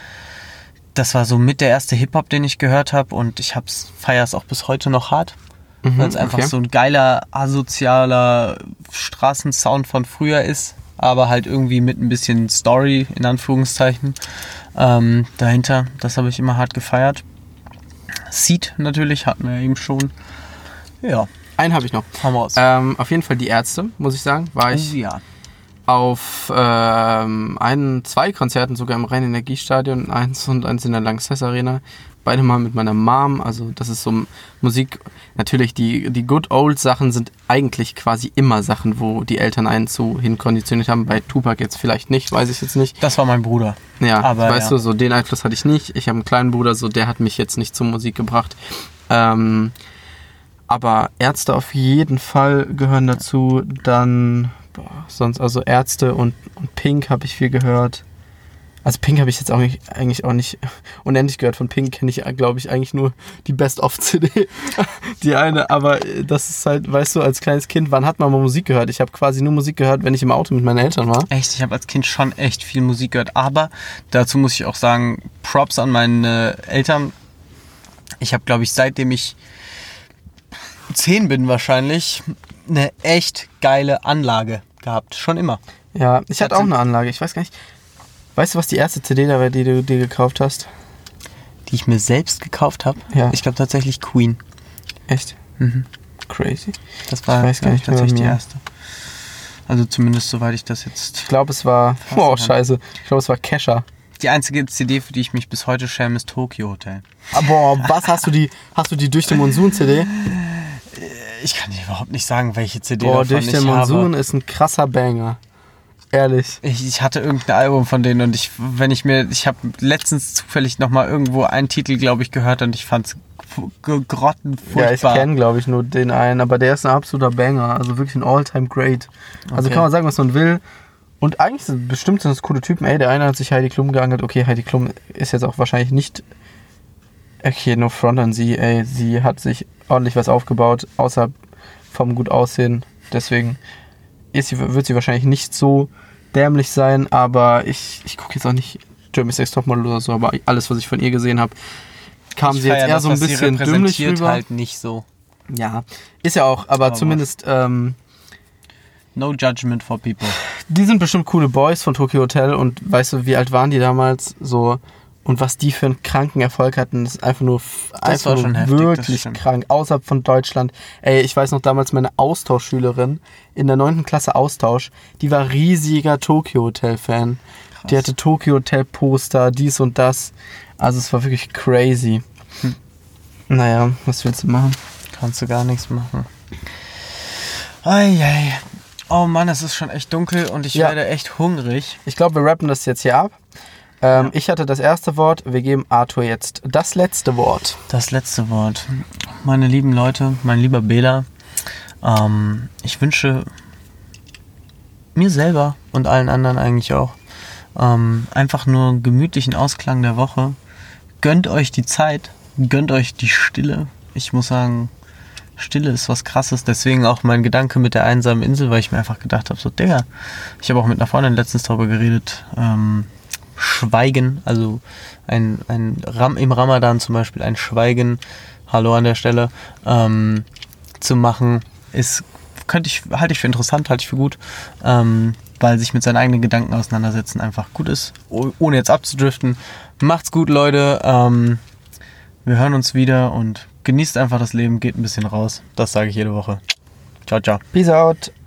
Das war so mit der erste Hip-Hop, den ich gehört habe, und ich hab's, feier's auch bis heute noch hart. Mhm, Weil es einfach okay. so ein geiler, asozialer Straßensound von früher ist, aber halt irgendwie mit ein bisschen Story, in Anführungszeichen, ähm, dahinter. Das habe ich immer hart gefeiert. Seed natürlich, hatten wir ja eben schon. Ja, Einen habe ich noch. haben wir raus. Ähm, auf jeden Fall die Ärzte, muss ich sagen. War ich Oh ja. auf ähm, ein, zwei Konzerten sogar im Rhein-Energiestadion, eins und eins in der Lanxess Arena. Beide mal mit meiner Mom. Also das ist so Musik. Natürlich, die, die Good Old Sachen sind eigentlich quasi immer Sachen, wo die Eltern einen zu hinkonditioniert haben. Bei Tupac jetzt vielleicht nicht, weiß ich jetzt nicht. Das war mein Bruder. Ja, Aber weißt ja. du, so den Einfluss hatte ich nicht. Ich habe einen kleinen Bruder, so der hat mich jetzt nicht zur Musik gebracht. Ähm, aber Ärzte auf jeden Fall gehören dazu. Dann, boah, sonst, also Ärzte und, und Pink habe ich viel gehört. Also Pink habe ich jetzt auch nicht, eigentlich auch nicht unendlich gehört. Von Pink kenne ich, glaube ich, eigentlich nur die Best-of-C D. Die eine, aber das ist halt, weißt du, als kleines Kind, wann hat man mal Musik gehört? Ich habe quasi nur Musik gehört, wenn ich im Auto mit meinen Eltern war. Echt, ich habe als Kind schon echt viel Musik gehört, aber dazu muss ich auch sagen, Props an meine Eltern. Ich habe, glaube ich, seitdem ich zehn bin wahrscheinlich, eine echt geile Anlage gehabt. Schon immer. Ja, ich hatte auch eine Anlage, ich weiß gar nicht. Weißt du, was die erste C D da war, die du dir gekauft hast? Die ich mir selbst gekauft habe? Ja. Ich glaube tatsächlich Queen. Echt? Mhm. Crazy. Das war Ich weiß gar nicht mehr tatsächlich bei die mir. erste. Also zumindest soweit ich das jetzt... Ich glaube, es war... Oh, scheiße. Ich glaube, es war Kesha. Die einzige C D, für die ich mich bis heute schäme, ist Tokyo Hotel. Aber was, hast du die, hast du die Durch den Monsun C D? Ich kann dir überhaupt nicht sagen, welche C D Boah, davon Durch ich den Monsun habe. ist ein krasser Banger. Ehrlich. Ich, ich hatte irgendein Album von denen und ich, wenn ich mir, ich habe letztens zufällig nochmal irgendwo einen Titel, glaube ich, gehört und ich fand's grottenfurchtbar. Ja, ich kenne, glaube ich, nur den einen, aber der ist ein absoluter Banger. Also wirklich ein All-Time Great. Also Okay. kann man sagen, was man will. Und eigentlich sind bestimmt sind das coole Typen. Ey, der eine hat sich Heidi Klum geangelt. Okay, Heidi Klum ist jetzt auch wahrscheinlich nicht... Okay, no front an sie. Ey, sie hat sich ordentlich was aufgebaut, außer vom gut Aussehen. Deswegen ist sie, wird sie wahrscheinlich nicht so dämlich sein. Aber ich, ich gucke jetzt auch nicht Jeremy's Next Topmodel oder so. Aber alles, was ich von ihr gesehen habe, kam Ich sie jetzt feier eher das, so ein was sie bisschen dümmlich repräsentiert rüber. halt nicht so. Ja, ist ja auch, aber, Aber zumindest, ähm, No judgment for people. die sind bestimmt coole Boys von Tokyo Hotel und weißt du, wie alt waren die damals? So, und was die für einen kranken Erfolg hatten, ist einfach nur, Das einfach war nur schon heftig, das wirklich stimmt. krank. Außerhalb von Deutschland. Ey, ich weiß noch damals meine Austauschschülerin in der neunten Klasse Austausch, die war riesiger Tokyo Hotel Fan. Die hatte Tokyo Hotel Poster, dies und das. Also es war wirklich crazy. Hm. Naja, was willst du machen? Kannst du gar nichts machen. Eieiei. Oh Mann, es ist schon echt dunkel und ich Ja. werde echt hungrig. Ich glaube, wir rappen das jetzt hier ab. Ähm, Ja. Ich hatte das erste Wort, wir geben Arthur jetzt das letzte Wort. Das letzte Wort. Meine lieben Leute, mein lieber Bela, ähm, ich wünsche mir selber und allen anderen eigentlich auch ähm, einfach nur einen gemütlichen Ausklang der Woche. Gönnt euch die Zeit, gönnt euch die Stille. Ich muss sagen, Stille ist was Krasses. Deswegen auch mein Gedanke mit der einsamen Insel, weil ich mir einfach gedacht habe, so, Digga, ich habe auch mit einer Freundin letztens darüber geredet, ähm, Schweigen, also ein, ein Ram, im Ramadan zum Beispiel ein Schweigen, hallo an der Stelle, ähm, zu machen, ist, könnte ich, halte ich für interessant, halte ich für gut, ähm, weil sich mit seinen eigenen Gedanken auseinandersetzen einfach gut ist, ohne jetzt abzudriften. Macht's gut, Leute, ähm, wir hören uns wieder und genießt einfach das Leben, geht ein bisschen raus. Das sage ich jede Woche. Ciao, ciao. Peace out.